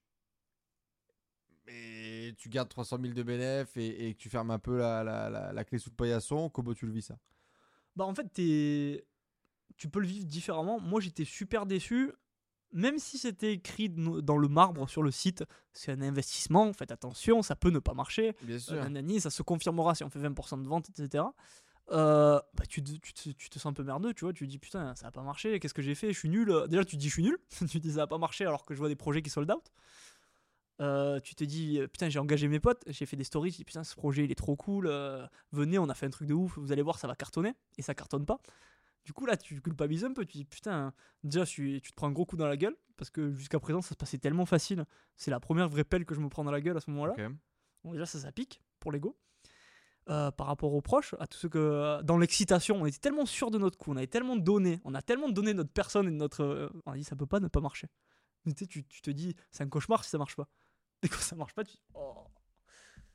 et tu gardes 300 000 de bénéfices et que tu fermes un peu la clé sous le paillasson, comment tu le vis ça? Bah en fait, tu peux le vivre différemment. Moi, j'étais super déçu. Même si c'était écrit dans le marbre sur le site, c'est un investissement, faites attention, ça peut ne pas marcher. Bien sûr. Nanani, ça se confirmera si on fait 20% de vente, etc. Tu te sens un peu merdeux, tu vois. Tu te dis putain, ça n'a pas marché, qu'est-ce que j'ai fait? Je suis nul. Déjà, tu te dis je suis nul. Tu te dis ça n'a pas marché alors que je vois des projets qui sold out. Tu te dis putain, j'ai engagé mes potes, j'ai fait des stories, je dis putain, ce projet il est trop cool, venez, on a fait un truc de ouf, vous allez voir, ça va cartonner. Et ça cartonne pas. Du coup, là, tu culpabilises un peu. Tu dis putain, déjà, tu te prends un gros coup dans la gueule parce que jusqu'à présent, ça se passait tellement facile. C'est la première vraie pelle que je me prends dans la gueule à ce moment-là. Ok. Bon, déjà, ça pique pour l'ego. Par rapport aux proches, à tous ceux que. Dans l'excitation, on était tellement sûr de notre coup, on avait tellement donné, on a tellement donné notre personne et notre. On a dit ça peut pas ne pas marcher. Mais tu te dis, c'est un cauchemar si ça marche pas. Et quand ça marche pas, tu dis oh.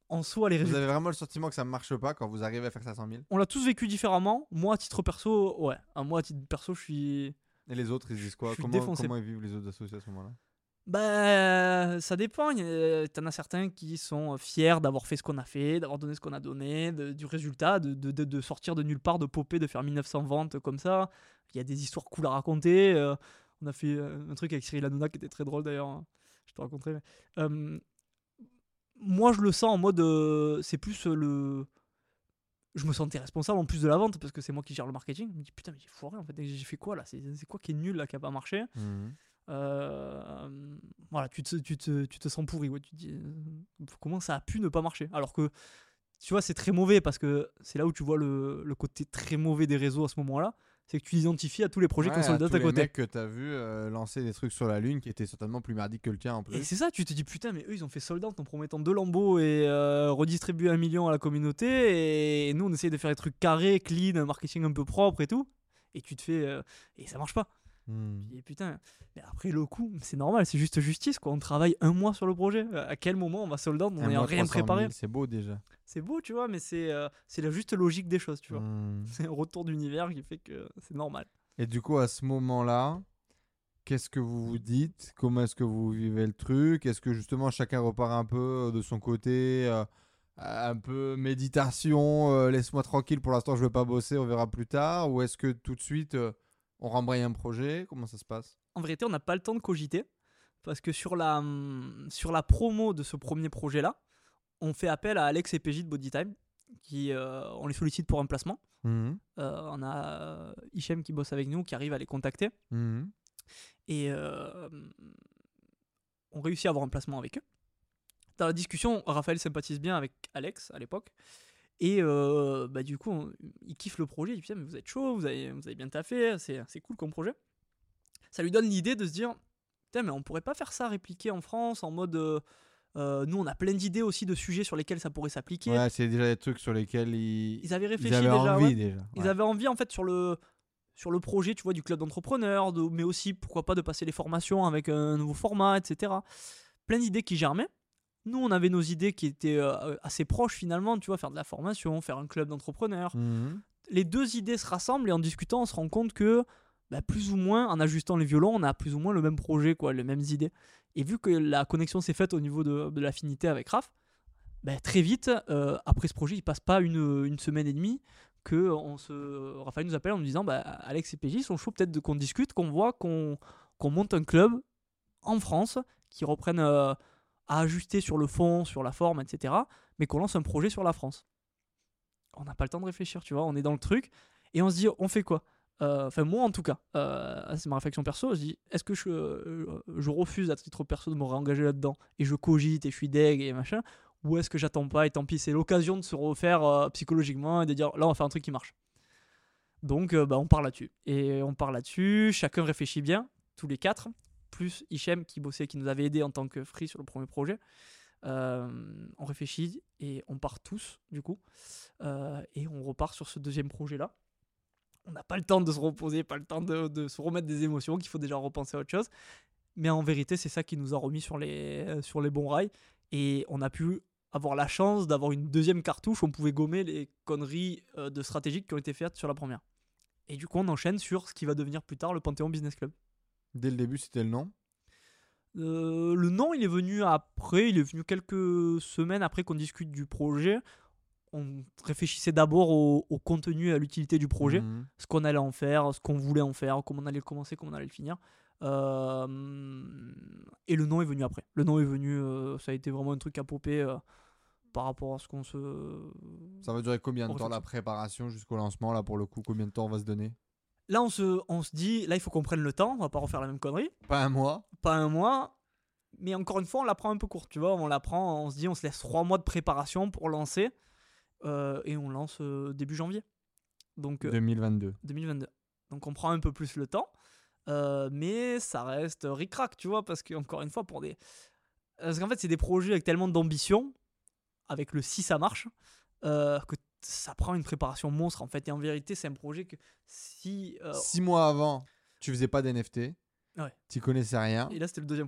en soi, les Vous résultats, avez vraiment le sentiment que ça marche pas quand vous arrivez à faire ça à 100 000? on l'a tous vécu différemment. Moi, à titre perso, ouais. Moi, à titre perso, je suis Et les autres, ils disent je quoi? suis Comment, défoncé. comment ils vivent les autres associés à ce moment-là? Bah, ça dépend. T'en as certains qui sont fiers d'avoir fait ce qu'on a fait, d'avoir donné ce qu'on a donné, du résultat, de sortir de nulle part, de popper, de faire 1900 ventes comme ça. Il y a des histoires cool à raconter. On a fait un truc avec Cyril Hanouna qui était très drôle d'ailleurs, hein. Je te raconterai. Euh, Moi, je le sens en mode. C'est plus le. Je me sentais responsable en plus de la vente parce que c'est moi qui gère le marketing. Je me dis putain, mais j'ai foiré en fait. J'ai fait quoi là? C'est quoi qui est nul là, qui a pas marché? Mhm. Euh, voilà, tu te sens pourri. Ouais, tu te dis comment ça a pu ne pas marcher? Alors que tu vois, c'est très mauvais parce que c'est là où tu vois le côté très mauvais des réseaux à ce moment-là. C'est que tu l'identifies à tous les projets Ouais, qui ont sold à out tous à les côté. mecs que t'as vu lancer des trucs sur la lune qui étaient certainement plus merdiques que le tien en Et plus. c'est ça, tu te dis putain, mais eux ils ont fait sold out en promettant 2 lambeaux et redistribuer 1 million à la communauté. Et nous on essaye de faire des trucs carrés, clean, un marketing un peu propre et tout. Et tu te fais. Et ça marche pas. Hmm. Et putain, mais après le coup, c'est normal, c'est juste justice quoi. On travaille 1 mois sur le projet. À quel moment on va sold out en Un n'ayant mois, rien 300 000, préparé? c'est beau déjà. C'est beau, tu vois, mais c'est la juste logique des choses, tu vois. Hmm. C'est un retour d'univers qui fait que c'est normal. Et du coup, à ce moment-là, qu'est-ce que vous vous dites? Comment est-ce que vous vivez le truc? Est-ce que justement chacun repart un peu de son côté, un peu méditation, laisse-moi tranquille, pour l'instant je veux pas bosser, on verra plus tard? Ou est-ce que tout de suite on rembraye un projet? Comment ça se passe? En vérité, on n'a pas le temps de cogiter parce que sur la promo de ce premier projet-là, on fait appel à Alex et PJ de Bodytime qui on les sollicite pour un placement. Mhm. On a Hichem qui bosse avec nous qui arrive à les contacter Mhm. et on réussit à avoir un placement avec eux. Dans la discussion, Raphaël sympathise bien avec Alex à l'époque. Et bah, du coup, il kiffe le projet. Il dit putain, mais vous êtes chaud, vous avez bien taffé, c'est cool comme projet. Ça lui donne l'idée de se dire putain, mais on pourrait pas faire ça répliquer en France en mode. Nous, on a plein d'idées aussi de sujets sur lesquels ça pourrait s'appliquer. Ouais, c'est déjà des trucs sur lesquels Ils avaient ils réfléchi avaient déjà, envie ouais. déjà. Ils Ouais. avaient envie en fait sur le projet, tu vois, du club d'entrepreneurs, mais aussi pourquoi pas de passer les formations avec un nouveau format, etc. Plein d'idées qui germaient. Nous, on avait nos idées qui étaient assez proches finalement, tu vois, faire de la formation, faire un club d'entrepreneurs. Mhm. Les deux idées se rassemblent et en discutant, on se rend compte que bah, plus ou moins, en ajustant les violons, on a plus ou moins le même projet, quoi, les mêmes idées. Et vu que la connexion s'est faite au niveau de l'affinité avec Raph, bah, très vite, après ce projet, il passe pas une semaine et demie que Raphaël nous appelle en nous disant bah, Alex et PJ sont chauds peut-être qu'on discute, qu'on voit, qu'on monte un club en France qui reprenne à ajuster sur le fond, sur la forme, etc. Mais qu'on lance un projet sur la France. On n'a pas le temps de réfléchir, tu vois, on est dans le truc et on se dit on fait quoi? Enfin moi en tout cas, c'est ma réflexion perso, je dis est-ce que je refuse à titre perso de me réengager là-dedans et je cogite et je suis deg et machin, ou est-ce que j'attends pas et tant pis c'est l'occasion de se refaire psychologiquement et de dire là on va faire un truc qui marche. Donc bah, on part là-dessus. Et on part là-dessus, chacun réfléchit bien, tous les quatre, plus Hichem qui bossait, qui nous avait aidé en tant que free sur le premier projet. On réfléchit et on part tous du coup. Et on repart sur ce deuxième projet-là. On n'a pas le temps de se reposer, pas le temps de se remettre des émotions, qu'il faut déjà repenser à autre chose. Mais en vérité, c'est ça qui nous a remis sur les bons rails. Et on a pu avoir la chance d'avoir une deuxième cartouche où on pouvait gommer les conneries de stratégiques qui ont été faites sur la première. Et du coup, on enchaîne sur ce qui va devenir plus tard le Panthéon Business Club. Dès le début, c'était le nom. Le nom, il est venu après, il est venu quelques semaines après qu'on discute du projet. On réfléchissait d'abord au contenu et à l'utilité du projet, Mhm. ce qu'on allait en faire, ce qu'on voulait en faire, comment on allait le commencer, comment on allait le finir. Et le nom est venu après. Le nom est venu, ça a été vraiment un truc à popper par rapport à ce qu'on se. Ça va durer combien de On temps la réfléchit. préparation jusqu'au lancement là pour le coup? Combien de temps on va se donner? Là, on se dit, là, il faut qu'on prenne le temps, on va pas refaire la même connerie. Pas un mois? Pas 1 mois, mais encore une fois, on la prend un peu courte, tu vois. On la prend, on se dit, on se laisse 3 mois de préparation pour lancer, et on lance début janvier. Donc 2022. 2022. Donc on prend un peu plus le temps, mais ça reste ric-rac, tu vois, parce qu'encore une fois, parce qu'en fait, c'est des projets avec tellement d'ambition, avec le si ça marche, que ça prend une préparation monstre, en fait. Et en vérité, c'est un projet que si... 6 mois avant, tu faisais pas d'NFT, Ouais. tu connaissais rien. Et là, c'était le deuxième projet.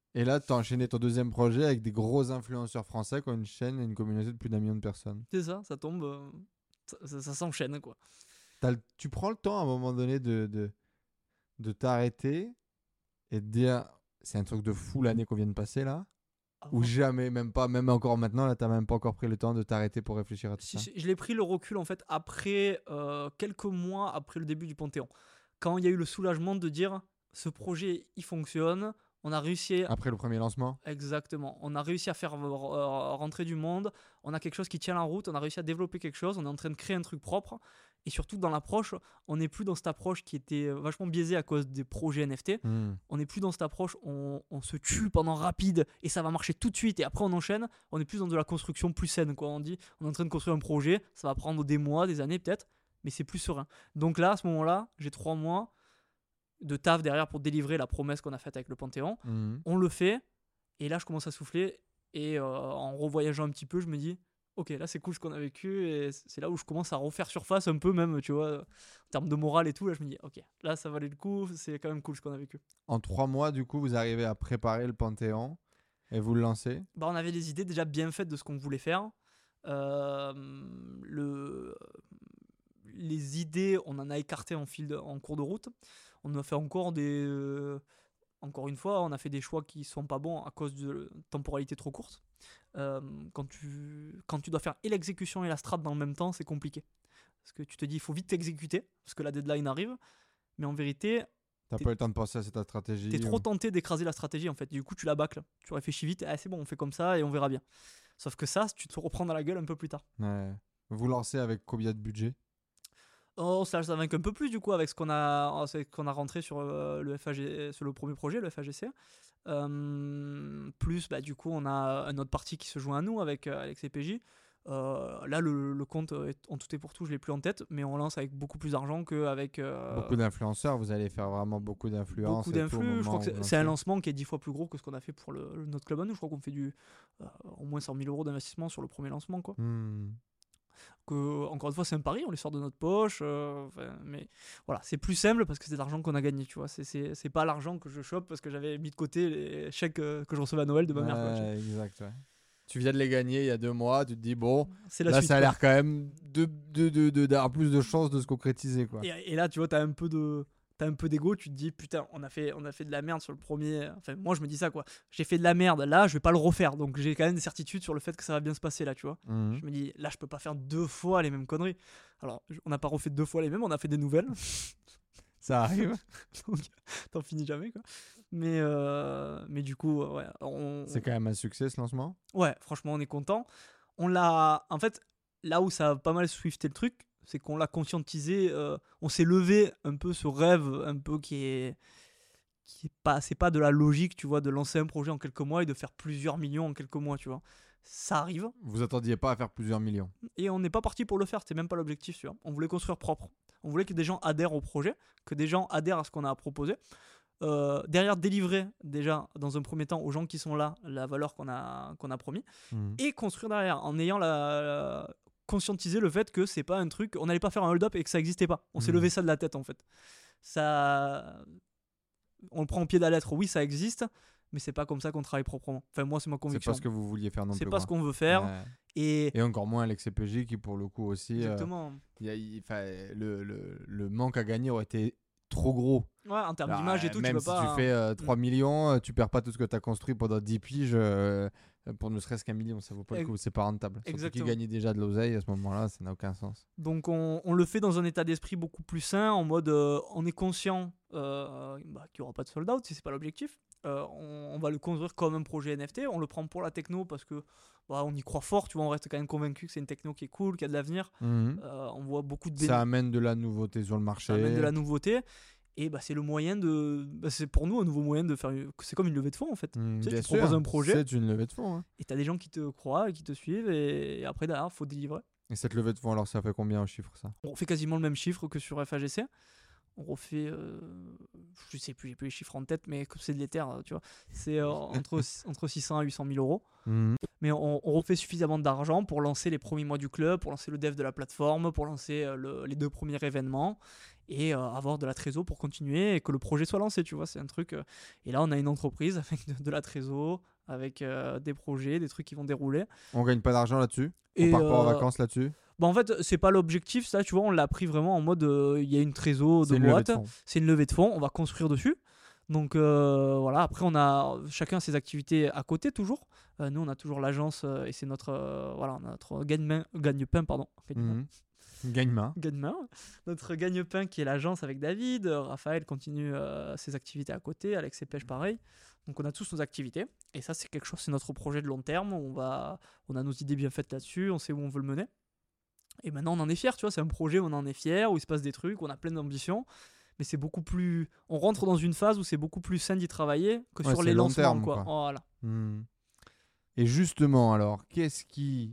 Et là, tu as enchaîné ton deuxième projet avec des gros influenceurs français qui ont une chaîne et une communauté de plus d'1 million de personnes. C'est ça tombe, ça s'enchaîne quoi. Tu prends le temps à un moment donné de t'arrêter et de dire c'est un truc de fou l'année qu'on vient de passer là. Ou jamais, même pas, même encore maintenant, là, t'as même pas encore pris le temps de t'arrêter pour réfléchir à tout ça. Je l'ai pris le recul en fait après quelques mois après le début du Panthéon. Quand il y a eu le soulagement de dire ce projet il fonctionne, on a réussi. Après le premier lancement. Exactement. On a réussi à faire rentrer du monde, on a quelque chose qui tient la route, on a réussi à développer quelque chose, on est en train de créer un truc propre. Et surtout dans l'approche, on n'est plus dans cette approche qui était vachement biaisée à cause des projets NFT. On n'est plus dans cette approche, on se tue pendant rapide et ça va marcher tout de suite et après on enchaîne. On est plus dans de la construction plus saine, quoi. On dit, on est en train de construire un projet, ça va prendre des mois, des années peut-être, mais c'est plus serein. Donc là, à ce moment-là, j'ai 3 mois de taf derrière pour délivrer la promesse qu'on a faite avec le Panthéon. On le fait et là, je commence à souffler et en revoyageant un petit peu, je me dis ok, là c'est cool ce qu'on a vécu et c'est là où je commence à refaire surface un peu même, tu vois, en termes de morale et tout. Là je me dis ok, là ça valait le coup, c'est quand même cool ce qu'on a vécu. En 3 mois, du coup, vous arrivez à préparer le Panthéon et vous le lancez. Bah, on avait des idées déjà bien faites de ce qu'on voulait faire. Les idées, on en a écarté en cours de route. On a fait encore encore une fois, on a fait des choix qui sont pas bons à cause de temporalité trop courte. Quand tu dois faire et l'exécution et la strat dans le même temps, c'est compliqué. Parce que tu te dis, il faut vite t'exécuter, parce que la deadline arrive. Mais en vérité, T'as pas eu le temps de penser à ta stratégie. t'es trop tenté d'écraser la stratégie, en fait. Du coup, tu la bâcles. Tu réfléchis vite, c'est bon, on fait comme ça et on verra bien. Sauf que ça, tu te reprends dans la gueule un peu plus tard. Ouais. Vous lancez avec combien de budget? Oh, ça va un peu plus du coup avec ce qu'on a rentré sur le FAG, sur le premier projet, le FAGC. Plus, bah, du coup, on a une autre partie qui se joint à nous avec CPJ. Là, le compte en tout et pour tout, je l'ai plus en tête, mais on lance avec beaucoup plus d'argent qu'avec. Beaucoup d'influenceurs, vous allez faire vraiment beaucoup d'influence. Beaucoup d'influx. Je crois que c'est un lancement qui est 10 fois plus gros que ce qu'on a fait pour notre club à nous. Je crois qu'on fait au moins 100 000 € d'investissement sur le premier lancement, quoi. Que, encore une fois, c'est un pari, on les sort de notre poche, mais voilà, c'est plus simple parce que c'est de l'argent qu'on a gagné, tu vois. C'est pas l'argent que je chope parce que j'avais mis de côté les chèques que je recevais à Noël de ma mère, quoi. Exact, ouais. Tu viens de les gagner il y a 2 mois, tu te dis bon, là suite, ça a quoi. l'air quand même d'avoir plus de chances de se concrétiser, quoi. Et là, tu vois, t'as un peu d'ego, tu te dis putain, on a fait de la merde sur le premier. Enfin, moi je me dis ça, quoi. J'ai fait de la merde, là je vais pas le refaire, donc j'ai quand même des certitudes sur le fait que ça va bien se passer, là, tu vois. Je me dis là je peux pas faire 2 fois les mêmes conneries. Alors on n'a pas refait 2 fois les mêmes, on a fait des nouvelles. Ça arrive. Donc t'en finis jamais, quoi. Mais du coup ouais, c'est quand même un succès ce lancement. Ouais, franchement on est content. En fait, là où ça a pas mal swifté le truc, c'est qu'on l'a conscientisé, on s'est levé un peu ce rêve un peu qui est pas, c'est pas de la logique, tu vois, de lancer un projet en quelques mois et de faire plusieurs millions en quelques mois, tu vois. Ça arrive. Vous attendiez pas à faire plusieurs millions. Et on n'est pas parti pour le faire, c'était même pas l'objectif, tu vois. On voulait construire propre. On voulait que des gens adhèrent au projet, que des gens adhèrent à ce qu'on a proposé. Derrière, délivrer déjà dans un premier temps aux gens qui sont là la valeur qu'on a promis, et construire derrière en ayant conscientiser le fait que c'est pas un truc, on n'allait pas faire un hold-up et que ça existait pas. On s'est levé ça de la tête, en fait. Ça, on le prend au pied de la lettre, oui ça existe, mais c'est pas comme ça qu'on travaille proprement. Enfin moi c'est ma conviction. C'est pas ce que vous vouliez faire non plus. C'est pas ce qu'on veut faire. Et encore moins avec CPJ qui pour le coup aussi. Exactement. Le manque à gagner aurait été trop gros. Ouais, en termes d'image et tout, même tu peux si pas. tu fais 3 millions, tu perds pas tout ce que tu as construit pendant 10 piges pour ne serait-ce qu'un million, ça vaut pas le coup, c'est pas rentable. Surtout qu'ils gagnent déjà de l'oseille à ce moment-là, ça n'a aucun sens. Donc on le fait dans un état d'esprit beaucoup plus sain, en mode on est conscient qu'il n'y aura pas de sold out si c'est pas l'objectif. On va le construire comme un projet NFT, on le prend pour la techno parce que on y croit fort, tu vois, on reste quand même convaincu que c'est une techno qui est cool, qui a de l'avenir. On voit beaucoup de ça amène de la nouveauté sur le marché. Ça amène de la nouveauté. Et c'est le moyen de. C'est pour nous un nouveau moyen de faire. C'est comme une levée de fonds en fait. Tu proposes un projet. C'est une levée de fonds. Hein. Et t'as des gens qui te croient et qui te suivent. Et après, derrière, il faut délivrer. Et cette levée de fonds, alors ça fait combien en chiffres ça? On fait quasiment le même chiffre que sur FAGC. On refait. Je sais plus, j'ai plus les chiffres en tête, mais comme c'est de l'éther, tu vois. C'est entre 600 à 800 000 euros. mais on refait suffisamment d'argent pour lancer les premiers mois du club, pour lancer le dev de la plateforme, pour lancer les 2 premiers événements et avoir de la trésor pour continuer et que le projet soit lancé, tu vois, c'est un truc. Et là, on a une entreprise avec de la trésor, avec des projets, des trucs qui vont dérouler. On gagne pas d'argent là-dessus. On Et part pas en vacances là-dessus. bah en fait, c'est pas l'objectif, ça, tu vois, on l'a pris vraiment en mode il y a une trésor de C'est une levée boîte, de fonds. c'est une levée de fonds, on va construire dessus. Donc voilà, après on a chacun ses activités à côté toujours. Nous on a toujours l'agence et c'est notre voilà, notre gagne-pain pardon. Gagne-main. Gagne-main. Notre gagne-pain qui est l'agence avec David, Raphaël continue ses activités à côté, Alex et Pêche pareil. Donc on a tous nos activités et ça c'est quelque chose, c'est notre projet de long terme, on a nos idées bien faites là-dessus, on sait où on veut le mener. Et maintenant on en est fier, tu vois, c'est un projet où on en est fier, où il se passe des trucs, où on a plein d'ambitions. Mais c'est beaucoup plus. On rentre dans une phase où c'est beaucoup plus sain d'y travailler que sur les long lancements, terme, quoi. quoi. Voilà. Et justement, alors, qu'est-ce qui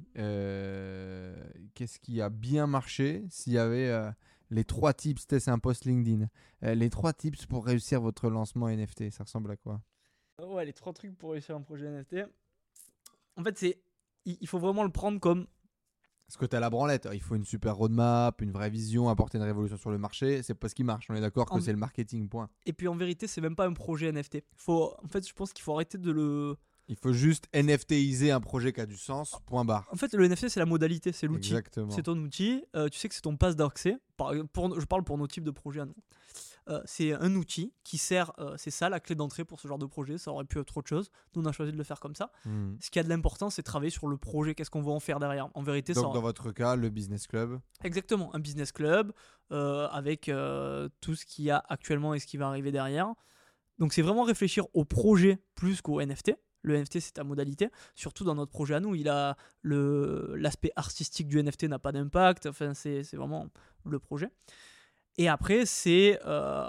a bien marché s'il y avait les 3 tips, c'est un post LinkedIn, les 3 tips pour réussir votre lancement NFT, ça ressemble à quoi? Ouais, les 3 trucs pour réussir un projet NFT. En fait, il faut vraiment le prendre comme. Parce que tu as la branlette, il faut une super roadmap, une vraie vision, apporter une révolution sur le marché. C'est pas ce qui marche. On est d'accord que c'est le marketing, point. Et puis en vérité, c'est même pas un projet NFT. En fait, je pense qu'il faut arrêter de le. Il faut juste NFTiser un projet qui a du sens, point barre. En fait, le NFT, c'est la modalité, c'est l'outil. Exactement. C'est ton outil. Tu sais que c'est ton pass d'accès. Je parle pour nos types de projets à nous. C'est un outil qui sert, c'est ça la clé d'entrée pour ce genre de projet, ça aurait pu être autre chose, nous on a choisi de le faire comme ça. Ce qui a de l'importance, c'est de travailler sur le projet, qu'est-ce qu'on va en faire derrière. En vérité, donc dans votre cas, le business club. Exactement, un business club avec tout ce qu'il y a actuellement et ce qui va arriver derrière. Donc c'est vraiment réfléchir au projet plus qu'au NFT. Le NFT, c'est ta modalité. Surtout dans notre projet à nous, l'aspect artistique du NFT n'a pas d'impact. Enfin, c'est vraiment le projet. Et après, c'est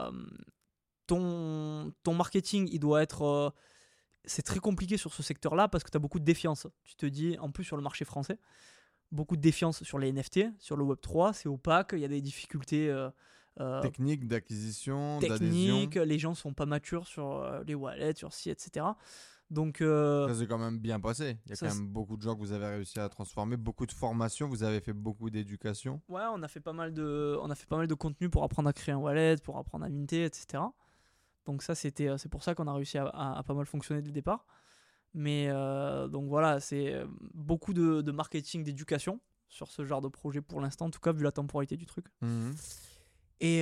ton marketing, il doit être. C'est très compliqué sur ce secteur-là parce que tu as beaucoup de défiance. Tu te dis, en plus sur le marché français, beaucoup de défiance sur les NFT, sur le Web3, c'est opaque, il y a des difficultés. Technique d'acquisition, techniques, d'adhésion. les gens sont pas matures sur les wallets, sur ci, etc. Donc, ça s'est quand même bien passé. Il y a quand même beaucoup de gens que vous avez réussi à transformer, beaucoup de formations, vous avez fait beaucoup d'éducation. Ouais, on a fait pas mal de contenu pour apprendre à créer un wallet, pour apprendre à minter, etc. Donc ça, c'est pour ça qu'on a réussi à pas mal fonctionner dès le départ. Mais donc voilà, c'est beaucoup de marketing, d'éducation sur ce genre de projet pour l'instant, en tout cas vu la temporalité du truc. Et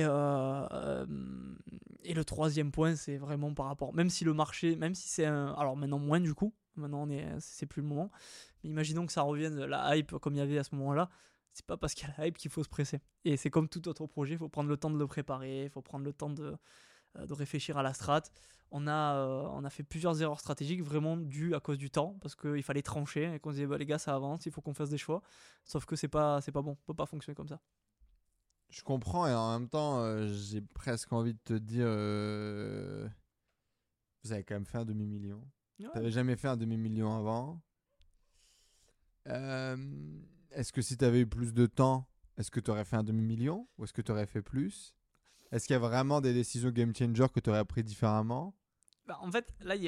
le troisième point, c'est vraiment par rapport, même si le marché, même si c'est alors maintenant moins du coup, maintenant c'est plus le moment, mais imaginons que ça revienne, la hype comme il y avait à ce moment-là, c'est pas parce qu'il y a la hype qu'il faut se presser. Et c'est comme tout autre projet, il faut prendre le temps de le préparer, il faut prendre le temps de réfléchir à la strat. On a fait plusieurs erreurs stratégiques vraiment dues à cause du temps, parce qu'il fallait trancher et qu'on se disait bah, les gars ça avance, il faut qu'on fasse des choix, sauf que c'est pas bon, on peut pas fonctionner comme ça. Je comprends et en même temps, j'ai presque envie de te dire, vous avez quand même fait un demi-million. Ouais. T'avais jamais fait un demi-million avant. Est-ce que si t'avais eu plus de temps, est-ce que t'aurais fait un demi-million ou est-ce que t'aurais fait plus? Est-ce qu'il y a vraiment des décisions game changer que t'aurais pris différemment? Bah, en fait, là,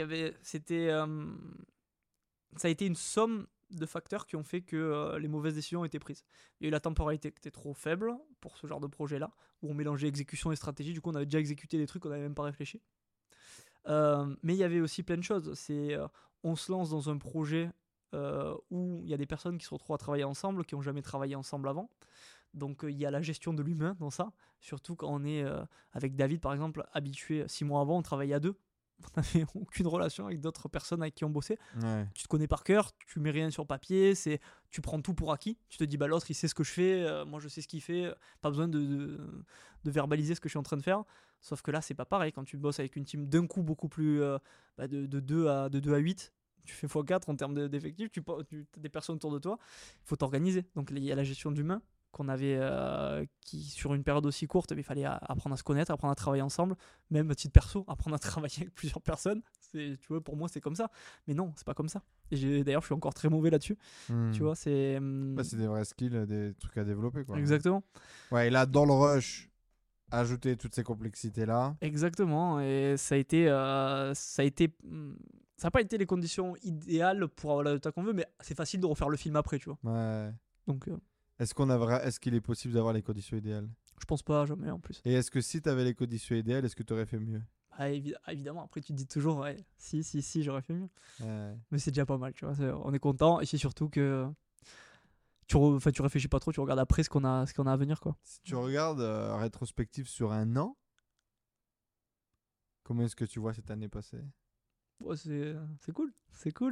ça a été une somme de facteurs qui ont fait que les mauvaises décisions ont été prises. Il y a eu la temporalité qui était trop faible pour ce genre de projet-là, où on mélangeait exécution et stratégie. Du coup, on avait déjà exécuté des trucs, on n'avait même pas réfléchi. Mais il y avait aussi plein de choses. On se lance dans un projet où il y a des personnes qui se retrouvent à travailler ensemble, qui n'ont jamais travaillé ensemble avant. Donc il y a la gestion de l'humain dans ça. Surtout quand on est avec David, par exemple, habitué 6 mois avant, on travaillait à 2. On n'avait aucune relation avec d'autres personnes avec qui on bossait. Ouais. Tu te connais par cœur, tu mets rien sur papier, tu prends tout pour acquis. Tu te dis, bah, l'autre il sait ce que je fais, moi je sais ce qu'il fait, pas besoin de verbaliser ce que je suis en train de faire. Sauf que là, c'est pas pareil. Quand tu bosses avec une team d'un coup beaucoup plus de 2 à 8, tu fais x4 en termes d'effectifs, tu as des personnes autour de toi, il faut t'organiser. Donc il y a la gestion de l'humain qu'on avait, qui sur une période aussi courte, il fallait apprendre à se connaître, apprendre à travailler ensemble, même à titre perso, apprendre à travailler avec plusieurs personnes. Tu vois, pour moi c'est comme ça, mais non, c'est pas comme ça. Et d'ailleurs, je suis encore très mauvais là-dessus. Tu vois, c'est des vrais skills, des trucs à développer, quoi. Exactement. Ouais, et là dans le rush, ajouter toutes ces complexités là. Exactement, et ça a été ça n'a pas été les conditions idéales pour avoir le résultat qu'on veut, mais c'est facile de refaire le film après, tu vois. Ouais. Donc, Est-ce qu'il est possible d'avoir les conditions idéales? je pense pas, jamais en plus. Et est-ce que si tu avais les conditions idéales, est-ce que tu aurais fait mieux? Ah, évidemment, après tu te dis toujours, ouais, si, j'aurais fait mieux. Ouais. Mais c'est déjà pas mal, tu vois. On est content, et c'est surtout que tu réfléchis pas trop, tu regardes après ce qu'on a à venir, quoi. Si tu regardes rétrospective sur un an, comment est-ce que tu vois cette année passée? Ouais, c'est cool. C'est cool.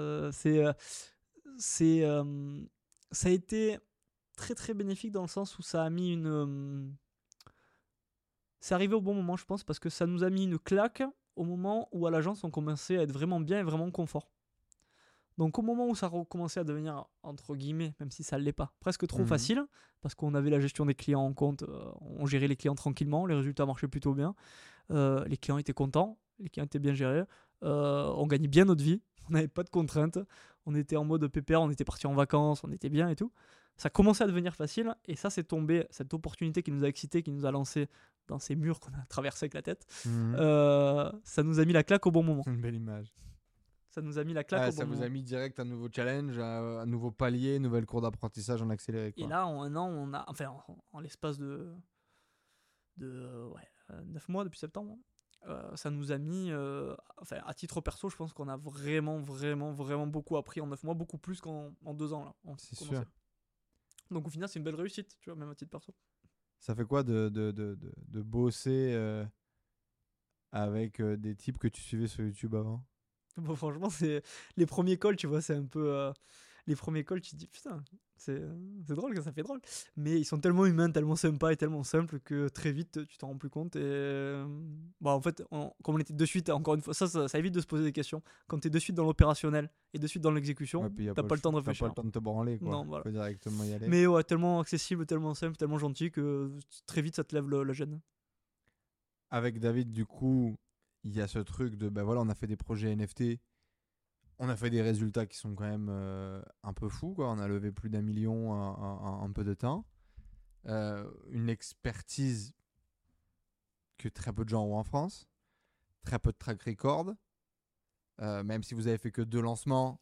C'est, ça a été très très bénéfique dans le sens où ça a mis c'est arrivé au bon moment, je pense, parce que ça nous a mis une claque au moment où à l'agence on commençait à être vraiment bien et vraiment confort. Donc au moment où ça recommençait à devenir, entre guillemets, même si ça ne l'est pas, presque trop facile, parce qu'on avait la gestion des clients en compte, on gérait les clients tranquillement, les résultats marchaient plutôt bien, les clients étaient contents, les clients étaient bien gérés, on gagnait bien notre vie, on n'avait pas de contraintes, on était en mode pépère, on était parti en vacances, on était bien et tout. Ça commençait à devenir facile, et ça c'est tombé, cette opportunité qui nous a excités, qui nous a lancé dans ces murs qu'on a traversés avec la tête, ça nous a mis la claque au bon moment. Une belle image. Ça nous a mis la claque au bon Ça vous moment. a mis direct un nouveau challenge, un nouveau palier, une nouvelle cour d'apprentissage en accéléré. Quoi. Et là, en un an, on a, enfin, en l'espace de 9 mois depuis septembre, ça nous a mis, enfin, à titre perso, je pense qu'on a vraiment, vraiment, vraiment beaucoup appris en 9 mois, beaucoup plus qu'en 2 ans. Là, c'est sûr. Donc au final, c'est une belle réussite, tu vois, même à titre perso. Ça fait quoi de bosser avec des types que tu suivais sur YouTube avant? Bon, franchement, c'est les premiers calls, tu vois, c'est un peu. Les premiers calls, tu te dis putain, c'est drôle, que ça fait drôle. Mais ils sont tellement humains, tellement sympas et tellement simples que très vite, tu t'en rends plus compte. Et bon, en fait, comme on était de suite, encore une fois, ça évite de se poser des questions. Quand tu es de suite dans l'opérationnel et de suite dans l'exécution, t'as pas le temps de réfléchir. T'as pas le temps de te branler, quoi. Non, voilà. Faut directement y aller. Mais ouais, tellement accessible, tellement simple, tellement gentil que très vite, ça te lève la gêne. Avec David, du coup, il y a ce truc de, ben voilà, on a fait des projets NFT. On a fait des résultats qui sont quand même un peu fous, quoi. On a levé plus d'1 million en peu de temps. Une expertise que très peu de gens ont en France. Très peu de track record. Même si vous avez fait que 2 lancements,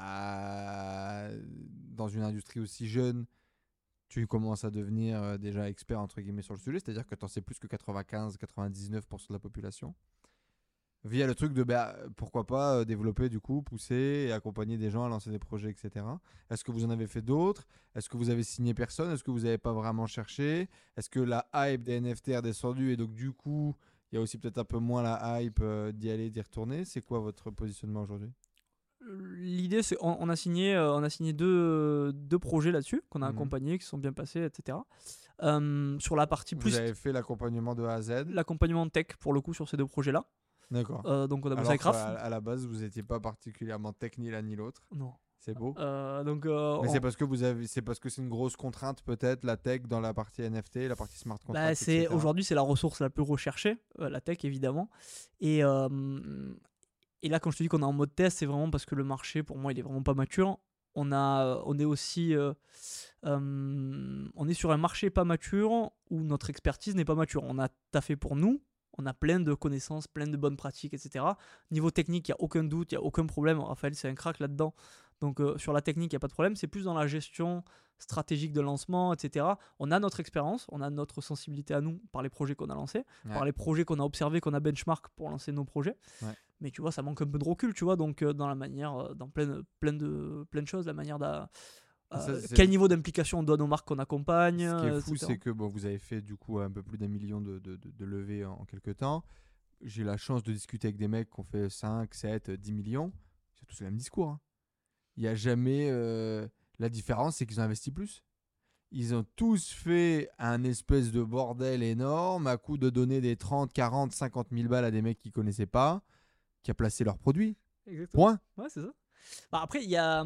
bah, dans une industrie aussi jeune, tu commences à devenir déjà expert entre guillemets sur le sujet. C'est-à-dire que tu en sais plus que 95-99% de la population. Via le truc de pourquoi pas développer du coup, pousser et accompagner des gens à lancer des projets, etc. Est-ce que vous en avez fait d'autres? Est-ce que vous avez signé personne? Est-ce que vous n'avez pas vraiment cherché? Est-ce que la hype des NFT est redescendue et donc du coup il y a aussi peut-être un peu moins la hype d'y aller, d'y retourner? C'est quoi votre positionnement aujourd'hui? L'idée, c'est on a signé deux projets là-dessus qu'on a accompagnés, qui sont bien passés, etc. Sur la partie plus. Vous avez fait l'accompagnement de A à Z? L'accompagnement tech pour le coup sur ces 2 projets-là. D'accord. Donc on a bossé avec Raph. À la base, vous n'étiez pas particulièrement tech ni l'un ni l'autre. Non. C'est beau. Mais c'est parce que c'est une grosse contrainte peut-être la tech dans la partie NFT, la partie smart contract. Aujourd'hui c'est la ressource la plus recherchée, la tech évidemment. Et là quand je te dis qu'on est en mode test, c'est vraiment parce que le marché pour moi il est vraiment pas mature. On est aussi on est sur un marché pas mature où notre expertise n'est pas mature. On a taffé pour nous. On a plein de connaissances, plein de bonnes pratiques, etc. Niveau technique, il n'y a aucun doute, il n'y a aucun problème. Raphaël, c'est un crack là-dedans. Donc sur la technique, il n'y a pas de problème. C'est plus dans la gestion stratégique de lancement, etc. On a notre expérience, on a notre sensibilité à nous par les projets qu'on a lancés, par les projets qu'on a observés, qu'on a benchmark pour lancer nos projets. Ouais. Mais tu vois, ça manque un peu de recul, tu vois. Donc dans la manière, dans plein de choses, la manière quel niveau d'implication on donne aux marques qu'on accompagne. Ce qui est fou, c'est que vous avez fait du coup un peu plus d'1 million de levées en quelques temps. J'ai la chance de discuter avec des mecs qui ont fait 5, 7, 10 millions. C'est tous le même discours. Hein. Il n'y a jamais... La différence, c'est qu'ils ont investi plus. Ils ont tous fait un espèce de bordel énorme à coup de donner des 30, 40, 50 000 balles à des mecs qu'ils ne connaissaient pas, qui a placé leurs produits. Exactement. Point. Ouais, c'est ça. Après, il y a...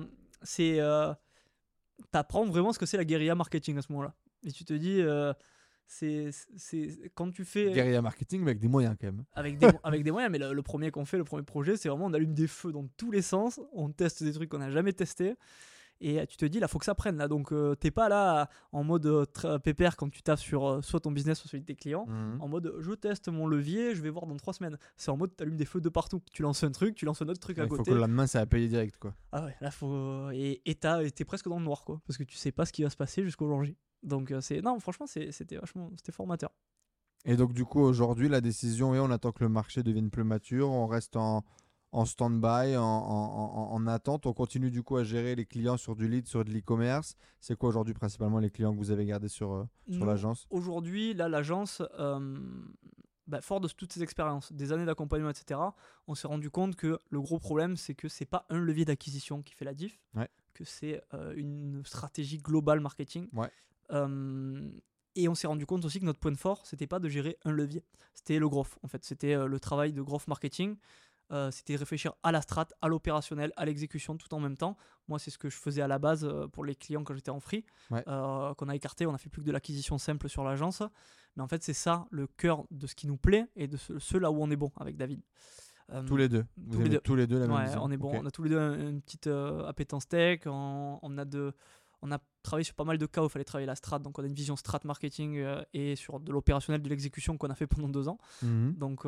t'apprends vraiment ce que c'est la guérilla marketing à ce moment-là. Et tu te dis, c'est quand tu fais... Guérilla marketing, mais avec des moyens quand même. Avec des moyens, mais le premier qu'on fait, le premier projet, c'est vraiment on allume des feux dans tous les sens, on teste des trucs qu'on n'a jamais testés. Et tu te dis, là, faut que ça prenne. Là. Donc, t'es pas là en mode pépère quand tu taffes sur soit ton business, soit celui de tes clients. En mode, je teste mon levier, je vais voir dans 3 semaines. C'est en mode, t'allumes des feux de partout. Tu lances un truc, tu lances un autre truc à Il faut côté. que le lendemain, ça a payé direct, quoi. Ah ouais, là, faut. Et t'es presque dans le noir, quoi. Parce que tu sais pas ce qui va se passer jusqu'au jour J. Donc, non, franchement, c'était formateur. Et donc, du coup, aujourd'hui, la décision est on attend que le marché devienne plus mature, on reste en stand-by, en attente. On continue du coup à gérer les clients sur du lead, sur de l'e-commerce. C'est quoi aujourd'hui principalement les clients que vous avez gardés sur Nous, l'agence? aujourd'hui, là, l'agence, fort de toutes ces expériences, des années d'accompagnement, etc., on s'est rendu compte que le gros problème, c'est que c'est pas un levier d'acquisition qui fait la diff, Ouais. que c'est une stratégie globale marketing. Ouais. Et on s'est rendu compte aussi que notre point fort, c'était pas de gérer un levier, c'était le growth. En fait, c'était le travail de growth marketing. C'était réfléchir à la strat, à l'opérationnel, à l'exécution tout en même temps. Moi, c'est ce que je faisais à la base pour les clients quand j'étais en free, Ouais. qu'on a écarté. On a fait plus que de l'acquisition simple sur l'agence. Mais en fait, c'est ça le cœur de ce qui nous plaît et de ce là où on est bon avec David. Tous les deux. Vous aimez tous les deux la même vision. On est bon. Okay. On a tous les deux une petite appétence tech. On a travaillé sur pas mal de cas où il fallait travailler la strat. Donc, on a une vision strat marketing et sur de l'opérationnel, de l'exécution qu'on a fait pendant 2 ans. Donc,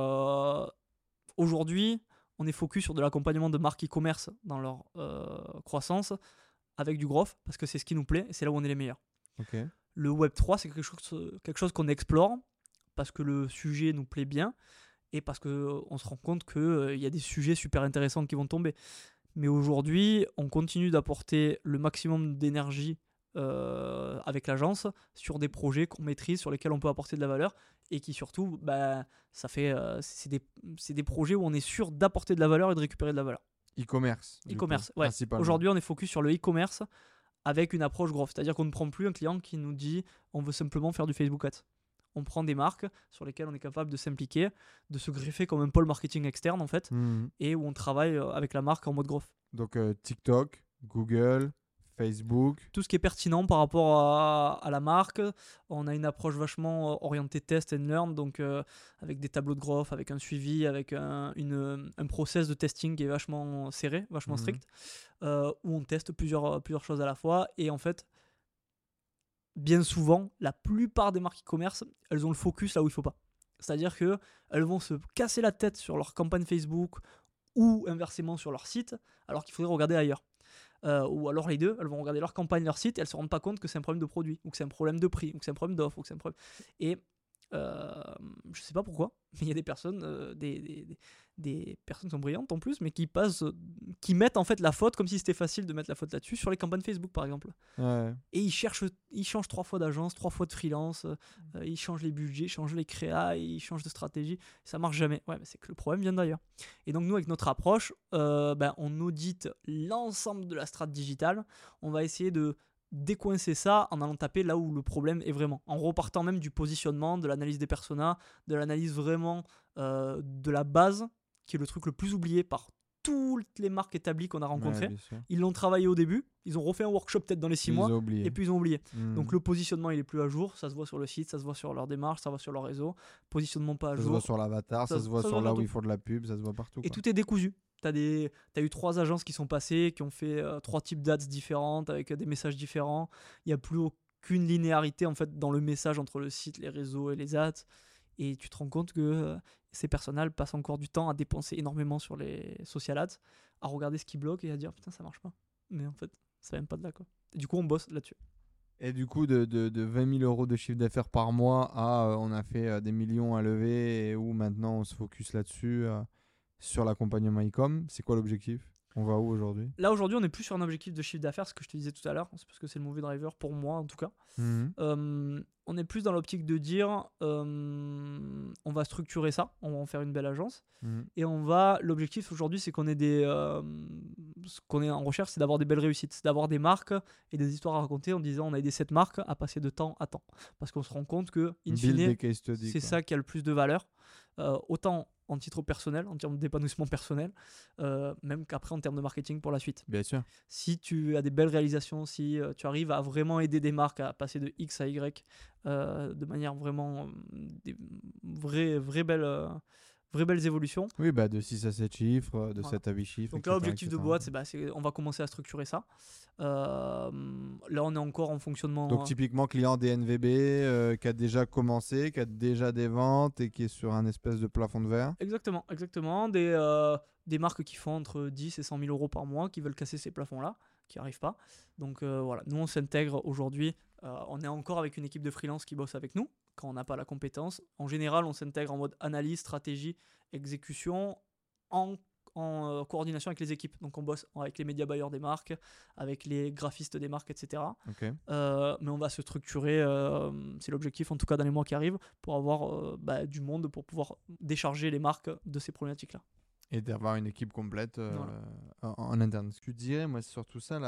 aujourd'hui, on est focus sur de l'accompagnement de marques e-commerce dans leur croissance avec du growth parce que c'est ce qui nous plaît et c'est là où on est les meilleurs. Okay. Le Web3, c'est quelque chose qu'on explore parce que le sujet nous plaît bien et parce qu'on se rend compte qu'il y a des sujets super intéressants qui vont tomber. Mais aujourd'hui, on continue d'apporter le maximum d'énergie avec l'agence sur des projets qu'on maîtrise, sur lesquels on peut apporter de la valeur et qui surtout, c'est des projets où on est sûr d'apporter de la valeur et de récupérer de la valeur. E-commerce. E-commerce, ouais. Aujourd'hui, on est focus sur le e-commerce avec une approche growth. C'est-à-dire qu'on ne prend plus un client qui nous dit on veut simplement faire du Facebook Ads. On prend des marques sur lesquelles on est capable de s'impliquer, de se greffer comme un pôle marketing externe en fait, et où on travaille avec la marque en mode growth. Donc TikTok, Google, Facebook. Tout ce qui est pertinent par rapport à la marque. On a une approche vachement orientée test and learn, donc avec des tableaux de growth, avec un suivi, avec un process de testing qui est vachement serré, vachement strict, où on teste plusieurs choses à la fois. Et en fait, bien souvent, la plupart des marques e-commerce, elles ont le focus là où il ne faut pas. C'est-à-dire qu'elles vont se casser la tête sur leur campagne Facebook ou inversement sur leur site, alors qu'il faudrait regarder ailleurs. Ou alors les deux, elles vont regarder leur campagne, leur site, et elles ne se rendent pas compte que c'est un problème de produit, ou que c'est un problème de prix, ou que c'est un problème d'offre, ou que c'est un problème... Et je ne sais pas pourquoi, mais il y a des personnes, des personnes qui sont brillantes en plus, mais qui mettent en fait la faute, comme si c'était facile de mettre la faute là-dessus, sur les campagnes Facebook par exemple. Ouais. Et ils changent 3 fois d'agence, 3 fois de freelance, ils changent les budgets, ils changent les créas, ils changent de stratégie, ça marche jamais. Ouais, mais c'est que le problème vient d'ailleurs. Et donc nous, avec notre approche, on audite l'ensemble de la strat digitale, on va essayer de décoincer ça en allant taper là où le problème est vraiment, en repartant même du positionnement, de l'analyse des personas, de l'analyse vraiment de la base, qui est le truc le plus oublié par toutes les marques établies qu'on a rencontrées. Ouais, ils l'ont travaillé au début, ils ont refait un workshop peut-être dans les 6 mois, et puis ils ont oublié. Donc le positionnement il est plus à jour, ça se voit sur le site, ça se voit sur leur démarche, ça se voit sur leur réseau. Positionnement pas à jour. Ça se voit sur l'avatar, ça se voit sur là où ils font de la pub, ça se voit partout. Et tout est décousu. T'as eu 3 agences qui sont passées, qui ont fait 3 types d'ads différentes avec des messages différents. Il n'y a plus aucune linéarité en fait dans le message entre le site, les réseaux et les ads. Et tu te rends compte que ces personnes passent encore du temps à dépenser énormément sur les social ads, à regarder ce qui bloque et à dire putain ça marche pas. Mais en fait ça vient pas de là quoi. Et du coup on bosse là-dessus. Et du coup de 20 000 euros de chiffre d'affaires par mois à on a fait des millions à lever et où maintenant on se focus là-dessus sur l'accompagnement e-com, c'est quoi l'objectif ? On va où aujourd'hui ? Là aujourd'hui on est plus sur un objectif de chiffre d'affaires, ce que je te disais tout à l'heure, c'est parce que c'est le mauvais driver pour moi en tout cas. On est plus dans l'optique de dire on va structurer ça, on va en faire une belle agence et l'objectif aujourd'hui c'est qu'on ait ce qu'on est en recherche, c'est d'avoir des belles réussites, c'est d'avoir des marques et des histoires à raconter en disant on a aidé cette marque à passer de temps à temps, parce qu'on se rend compte que in fine c'est ça qui a le plus de valeur, autant en titre personnel, en termes d'épanouissement personnel, même qu'après en termes de marketing pour la suite. Bien sûr. Si tu as des belles réalisations, si tu arrives à vraiment aider des marques à passer de X à Y de manière vraiment des vraies vraies belles évolutions. Oui, bah de 6 à 7 chiffres, de Voilà. 7 à 8 chiffres. Donc là, etc., objectif de etc. boîte, on va commencer à structurer ça. Là, on est encore en fonctionnement. Donc typiquement client DNVB qui a déjà commencé, qui a déjà des ventes et qui est sur un espèce de plafond de verre. Exactement. Des marques qui font entre 10 et 100 000 euros par mois, qui veulent casser ces plafonds-là, qui n'arrivent pas. Donc voilà, nous on s'intègre aujourd'hui. On est encore avec une équipe de freelance qui bosse avec nous quand on n'a pas la compétence. En général, on s'intègre en mode analyse, stratégie, exécution, en coordination avec les équipes. Donc on bosse avec les médias buyers des marques, avec les graphistes des marques, etc. Ok. Mais on va se structurer, c'est l'objectif en tout cas dans les mois qui arrivent, pour avoir du monde pour pouvoir décharger les marques de ces problématiques-là. Et d'avoir une équipe complète Voilà. en interne. Ce que tu dirais, moi, c'est surtout ça.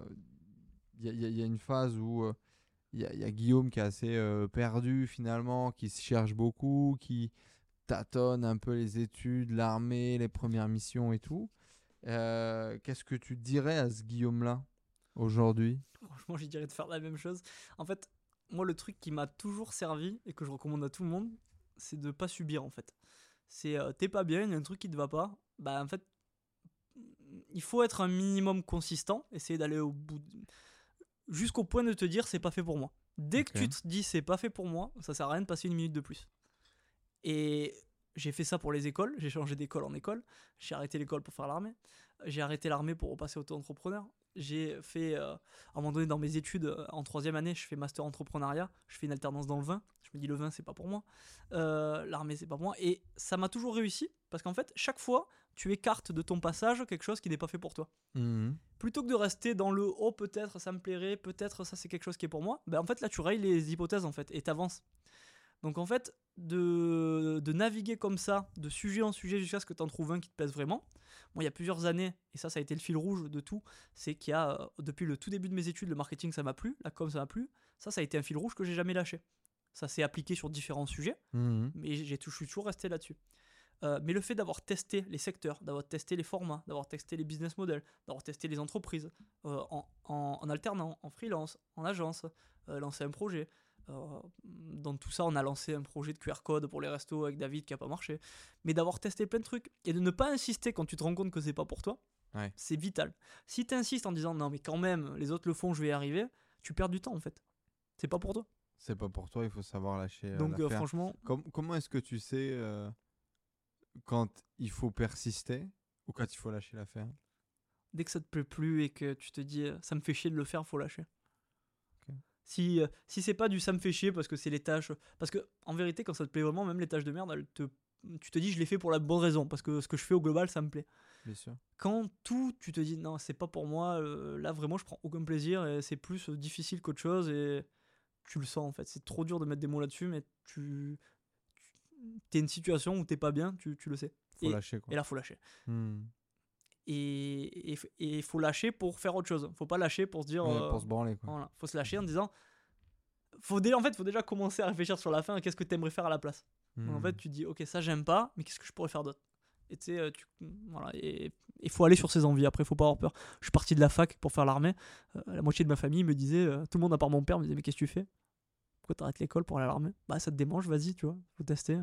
Il y a une phase où il y a Guillaume qui est assez perdu finalement, qui se cherche beaucoup, qui tâtonne un peu les études, l'armée, les premières missions et tout. Qu'est-ce que tu dirais à ce Guillaume-là aujourd'hui? Franchement, je dirais de faire la même chose. En fait, moi, le truc qui m'a toujours servi et que je recommande à tout le monde, c'est de pas subir en fait. C'est t'es pas bien, il y a un truc qui te va pas. Bah en fait, il faut être un minimum consistant, essayer d'aller au bout, jusqu'au point de te dire c'est pas fait pour moi. Dès que Ok. tu te dis c'est pas fait pour moi, ça sert à rien de passer une minute de plus. Et j'ai fait ça pour les écoles, j'ai changé d'école en école, j'ai arrêté l'école pour faire l'armée, j'ai arrêté l'armée pour repasser auto-entrepreneur. J'ai fait, à un moment donné dans mes études, en troisième année, je fais master entrepreneuriat, je fais une alternance dans le vin, je me dis le vin c'est pas pour moi, l'armée c'est pas pour moi, et ça m'a toujours réussi, parce qu'en fait, chaque fois, tu écartes de ton passage quelque chose qui n'est pas fait pour toi. Mhm. Plutôt que de rester dans le oh peut-être ça me plairait, peut-être ça c'est quelque chose qui est pour moi, ben en fait là tu rayes les hypothèses en fait et t'avances. Donc en fait de naviguer comme ça, de sujet en sujet jusqu'à ce que tu en trouves un qui te plaise vraiment. Moi il y a plusieurs années, et ça a été le fil rouge de tout, c'est qu'il y a depuis le tout début de mes études, le marketing ça m'a plu, la com ça m'a plu, ça a été un fil rouge que j'ai jamais lâché. Ça s'est appliqué sur différents sujets, Mhm. mais je suis toujours resté là-dessus. Mais le fait d'avoir testé les secteurs, d'avoir testé les formats, d'avoir testé les business models, d'avoir testé les entreprises, en alternant, en freelance, en agence, lancer un projet. Dans tout ça, on a lancé un projet de QR code pour les restos avec David qui n'a pas marché. Mais d'avoir testé plein de trucs et de ne pas insister quand tu te rends compte que c'est pas pour toi, Ouais. c'est vital. Si tu insistes en disant non, mais quand même, les autres le font, je vais y arriver, tu perds du temps en fait. C'est pas pour toi. C'est pas pour toi, il faut savoir lâcher Donc l'affaire. franchement, Comment est-ce que tu sais quand il faut persister ou quand il faut lâcher l'affaire? dès que ça te plaît plus et que tu te dis ça me fait chier de le faire, faut lâcher. Ok. Si c'est pas du ça me fait chier parce que c'est les tâches. Parce que en vérité, quand ça te plaît vraiment, même les tâches de merde, tu te dis je les fais pour la bonne raison. Parce que ce que je fais au global, ça me plaît. Bien sûr. Quand tout, tu te dis non, c'est pas pour moi, là vraiment, je prends aucun plaisir et c'est plus difficile qu'autre chose et tu le sens en fait. C'est trop dur de mettre des mots là-dessus, mais t'es une situation où t'es pas bien, tu le sais. Faut lâcher quoi. Et là, faut lâcher. Mhm. Et il faut lâcher pour faire autre chose. Faut pas lâcher pour se dire. Ouais, pour se branler quoi. Voilà. Faut se lâcher en disant. Faut déjà commencer à réfléchir sur la fin. Qu'est-ce que tu aimerais faire à la place. Donc, en Mhm. fait, tu dis, ok, ça j'aime pas, mais qu'est-ce que je pourrais faire d'autre. Et tu sais, voilà. Et il faut aller sur ses envies. Après, faut pas avoir peur. Je suis parti de la fac pour faire l'armée. La moitié de ma famille me disait, tout le monde à part mon père me disait, mais qu'est-ce que tu fais? Pourquoi t'arrêtes l'école pour aller à l'armée? Bah, ça te démange, vas-y, tu vois. Faut tester.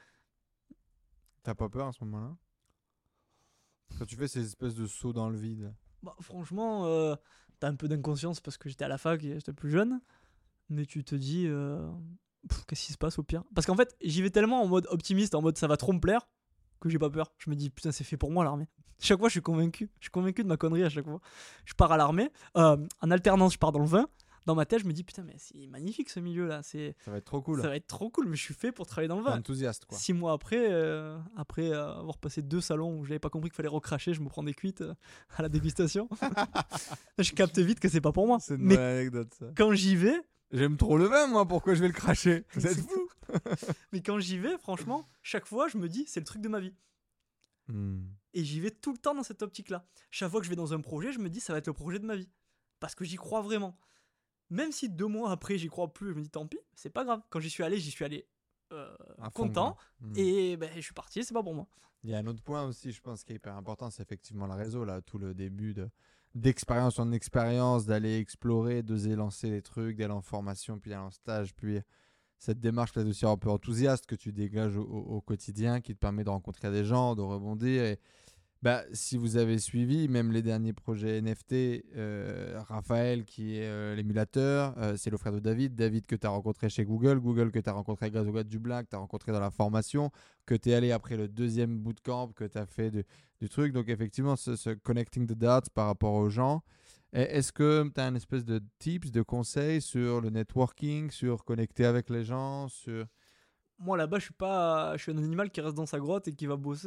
T'as pas peur à ce moment-là? Quand tu fais ces espèces de sauts dans le vide. Bah, franchement, t'as un peu d'inconscience parce que j'étais à la fac et j'étais plus jeune. Mais tu te dis, qu'est-ce qui se passe au pire? Parce qu'en fait, j'y vais tellement en mode optimiste, en mode ça va trop me plaire, que j'ai pas peur. Je me dis, putain, c'est fait pour moi l'armée. Chaque fois, je suis convaincu. Je suis convaincu de ma connerie à chaque fois. Je pars à l'armée, en alternance, je pars dans le vin. Dans ma tête, je me dis, putain, mais c'est magnifique ce milieu-là. Ça va être trop cool. Ça va être trop cool, mais je suis fait pour travailler dans le T'es vin. enthousiaste quoi. 6 mois après, après avoir passé 2 salons où j'avais pas compris qu'il fallait recracher, je me prends des cuites à la dégustation. Je capte vite que c'est pas pour moi. C'est une Mais bonne anecdote ça. quand j'y vais, J'aime trop le vin moi, pourquoi je vais le cracher? Vous êtes fous? mais quand j'y vais, franchement, chaque fois, je me dis, c'est le truc de ma vie. Et j'y vais tout le temps dans cette optique-là. Chaque fois que je vais dans un projet, je me dis, ça va être le projet de ma vie. Parce que j'y crois vraiment. Même si 2 mois après, j'y crois plus, je me dis, tant pis, c'est pas grave. Quand j'y suis allé À fond, content. quoi. Et ben, je suis parti, c'est pas pour moi. Il y a un autre point aussi, je pense, qui est hyper important, c'est effectivement le réseau, là, tout le début d'expérience en expérience, d'aller explorer, d'oser lancer les trucs, d'aller en formation, puis d'aller en stage, puis cette démarche peut-être aussi un peu enthousiaste que tu dégages au quotidien, qui te permet de rencontrer des gens, de rebondir. Et bah, si vous avez suivi, même les derniers projets NFT, Raphaël qui est l'émulateur, c'est le frère de David, David que tu as rencontré chez Google, Google que tu as rencontré grâce au gars du Black, que tu as rencontré dans la formation, que tu es allé après le deuxième bootcamp, que tu as fait du truc. Donc effectivement, ce connecting the dots par rapport aux gens. Est-ce que tu as un espèce de tips, de conseils sur le networking, sur connecter avec les gens, sur... Moi là-bas, je suis un animal qui reste dans sa grotte et qui va bosser.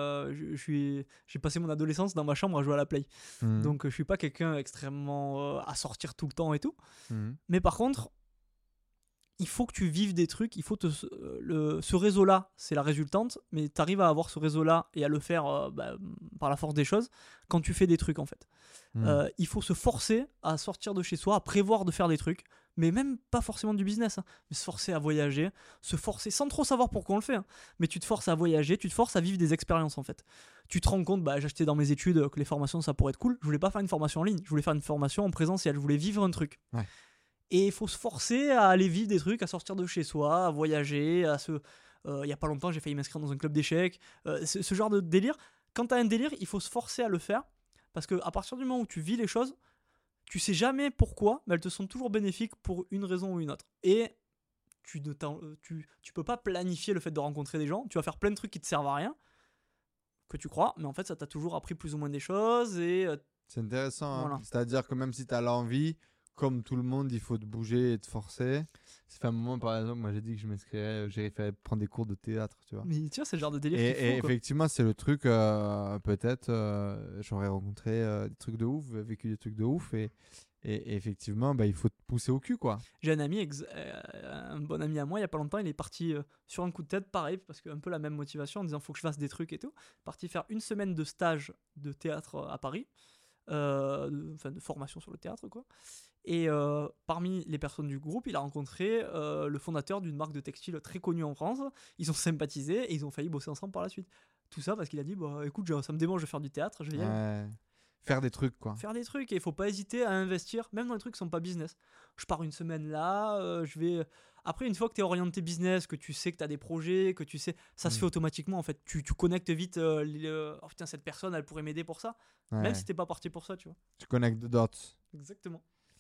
J'ai passé mon adolescence dans ma chambre à jouer à la play. Donc je suis pas quelqu'un extrêmement à sortir tout le temps et tout. Mais par contre, il faut que tu vives des trucs. Il faut ce réseau-là, c'est la résultante. Mais tu arrives à avoir ce réseau-là et à le faire par la force des choses quand tu fais des trucs en fait. Il faut se forcer à sortir de chez soi, à prévoir de faire des trucs. Mais même pas forcément du business, hein, mais se forcer à voyager, se forcer sans trop savoir pourquoi on le fait, hein, mais tu te forces à voyager, tu te forces à vivre des expériences en fait. Tu te rends compte, j'achetais dans mes études que les formations ça pourrait être cool, je voulais pas faire une formation en ligne, je voulais faire une formation en présentiel, je voulais vivre un truc. Ouais. Et il faut se forcer à aller vivre des trucs, à sortir de chez soi, à voyager, il y a pas longtemps j'ai failli m'inscrire dans un club d'échecs, ce genre de délire. Quand t'as un délire, il faut se forcer à le faire, parce qu'à partir du moment où tu vis les choses, tu sais jamais pourquoi, mais elles te sont toujours bénéfiques pour une raison ou une autre. Et tu peux pas planifier le fait de rencontrer des gens. Tu vas faire plein de trucs qui te servent à rien, que tu crois, mais en fait, ça t'a toujours appris plus ou moins des choses. Et c'est intéressant. voilà. Hein. C'est-à-dire que même si tu as l'envie, comme tout le monde, il faut te bouger et te forcer. Ça fait un moment, par exemple, moi j'ai dit que je m'inscrirais, j'irais faire prendre des cours de théâtre, tu vois. Mais tu vois, c'est le genre de délire Et effectivement, c'est le truc, peut-être, j'aurais rencontré des trucs de ouf, vécu des trucs de ouf, et effectivement, il faut te pousser au cul, quoi. J'ai un ami, un bon ami à moi, il y a pas longtemps, il est parti sur un coup de tête, pareil, parce que un peu la même motivation, en disant faut que je fasse des trucs et tout. Parti faire une semaine de stage de théâtre à Paris, de formation sur le théâtre, quoi. Et parmi les personnes du groupe, il a rencontré le fondateur d'une marque de textile très connue en France. Ils ont sympathisé et ils ont failli bosser ensemble par la suite. Tout ça parce qu'il a dit écoute, ça me démange de faire du théâtre, je vais y aller. Faire des trucs, quoi. Faire des trucs, et il faut pas hésiter à investir, même dans les trucs qui sont pas business. Je pars une semaine là, je vais. Après, une fois que tu es orienté business, que tu sais que tu as des projets, que tu sais. Ça se fait automatiquement en fait. Tu connectes vite. Oh putain, cette personne, elle pourrait m'aider pour ça. Même si t'es pas parti pour ça, tu vois. Tu connectes the dots. Exactement.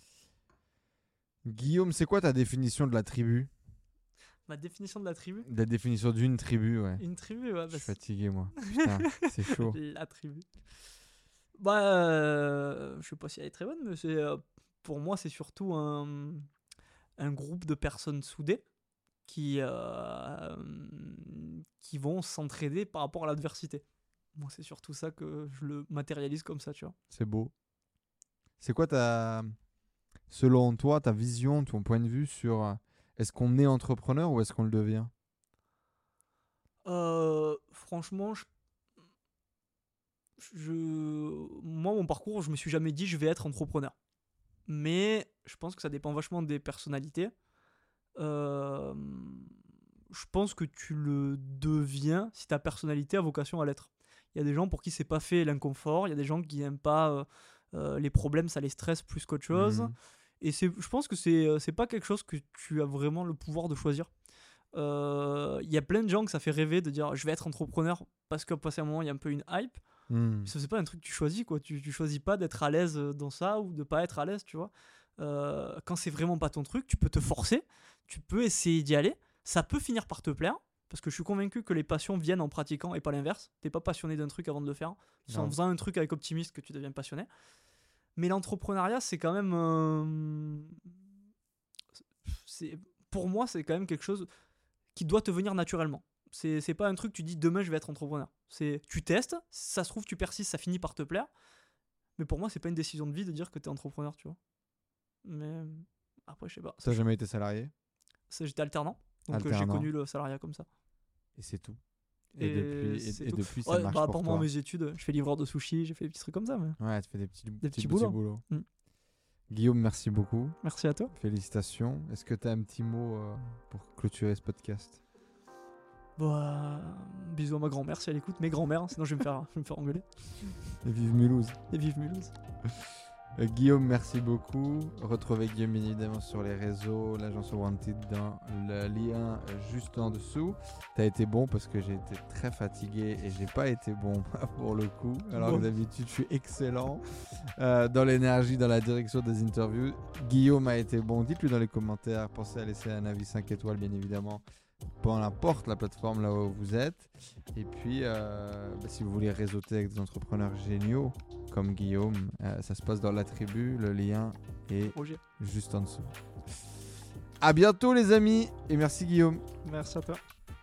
Guillaume, c'est quoi ta définition de la tribu ? Ma définition de la tribu ? La définition d'une tribu, ouais. Une tribu, ouais. Je suis fatigué, moi. Putain, c'est chaud. La tribu. Je sais pas si elle est très bonne, mais pour moi, c'est surtout un groupe de personnes soudées qui vont s'entraider par rapport à l'adversité. Moi, c'est surtout ça que je le matérialise comme ça, tu vois. C'est beau. C'est quoi selon toi, ta vision, ton point de vue sur est-ce qu'on est entrepreneur ou est-ce qu'on le devient ? Franchement, moi, mon parcours, je me suis jamais dit je vais être entrepreneur. Mais je pense que ça dépend vachement des personnalités. Je pense que tu le deviens si ta personnalité a vocation à l'être. Il y a des gens pour qui c'est pas fait l'inconfort, il y a des gens qui n'aiment pas les problèmes, ça les stresse plus qu'autre chose. Et je pense que c'est pas quelque chose que tu as vraiment le pouvoir de choisir. Il y a plein de gens que ça fait rêver de dire je vais être entrepreneur parce qu'à passer un moment il y a un peu une hype. Ça, c'est pas un truc que tu choisis, quoi. Tu choisis pas d'être à l'aise dans ça ou de pas être à l'aise, tu vois. Quand c'est vraiment pas ton truc, tu peux te forcer, tu peux essayer d'y aller, ça peut finir par te plaire, parce que je suis convaincu que les passions viennent en pratiquant et pas l'inverse. T'es pas passionné d'un truc avant de le faire, c'est en faisant un truc avec optimisme que tu deviens passionné. Mais l'entrepreneuriat, c'est quand même pour moi, c'est quand même quelque chose qui doit te venir naturellement. C'est pas un truc que tu dis demain je vais être entrepreneur. Tu testes, ça se trouve tu persistes, ça finit par te plaire. Mais pour moi, c'est pas une décision de vie de dire que t'es entrepreneur, tu vois. Mais après, je sais pas. T'as jamais été salarié ? J'étais alternant, donc j'ai connu le salariat comme ça. Et c'est tout. Et depuis ça marche pour pour moi, toi. Mes études, je fais livreur de sushi, j'ai fait des petits trucs comme ça. Mais... Ouais, tu fais des petits boulots. Guillaume, merci beaucoup. Merci à toi. Félicitations. Est-ce que tu as un petit mot pour clôturer ce podcast ? Bisous à ma grand-mère si elle écoute, mes grands-mères, sinon je vais me faire engueuler. Et vive Mulhouse. Et vive Mulhouse. Guillaume, merci beaucoup. Retrouvez Guillaume bien évidemment sur les réseaux, l'agence Wanted dans le lien juste en dessous. T'as été bon parce que j'ai été très fatigué et j'ai pas été bon pour le coup. Alors que d'habitude je suis excellent dans l'énergie, dans la direction des interviews. Guillaume a été bon. Dites-le dans les commentaires. Pensez à laisser un avis 5 étoiles bien évidemment. Peu importe la plateforme là où vous êtes. Et puis, si vous voulez réseauter avec des entrepreneurs géniaux comme Guillaume, ça se passe dans la tribu. Le lien est juste en dessous. À bientôt les amis et merci Guillaume. Merci à toi.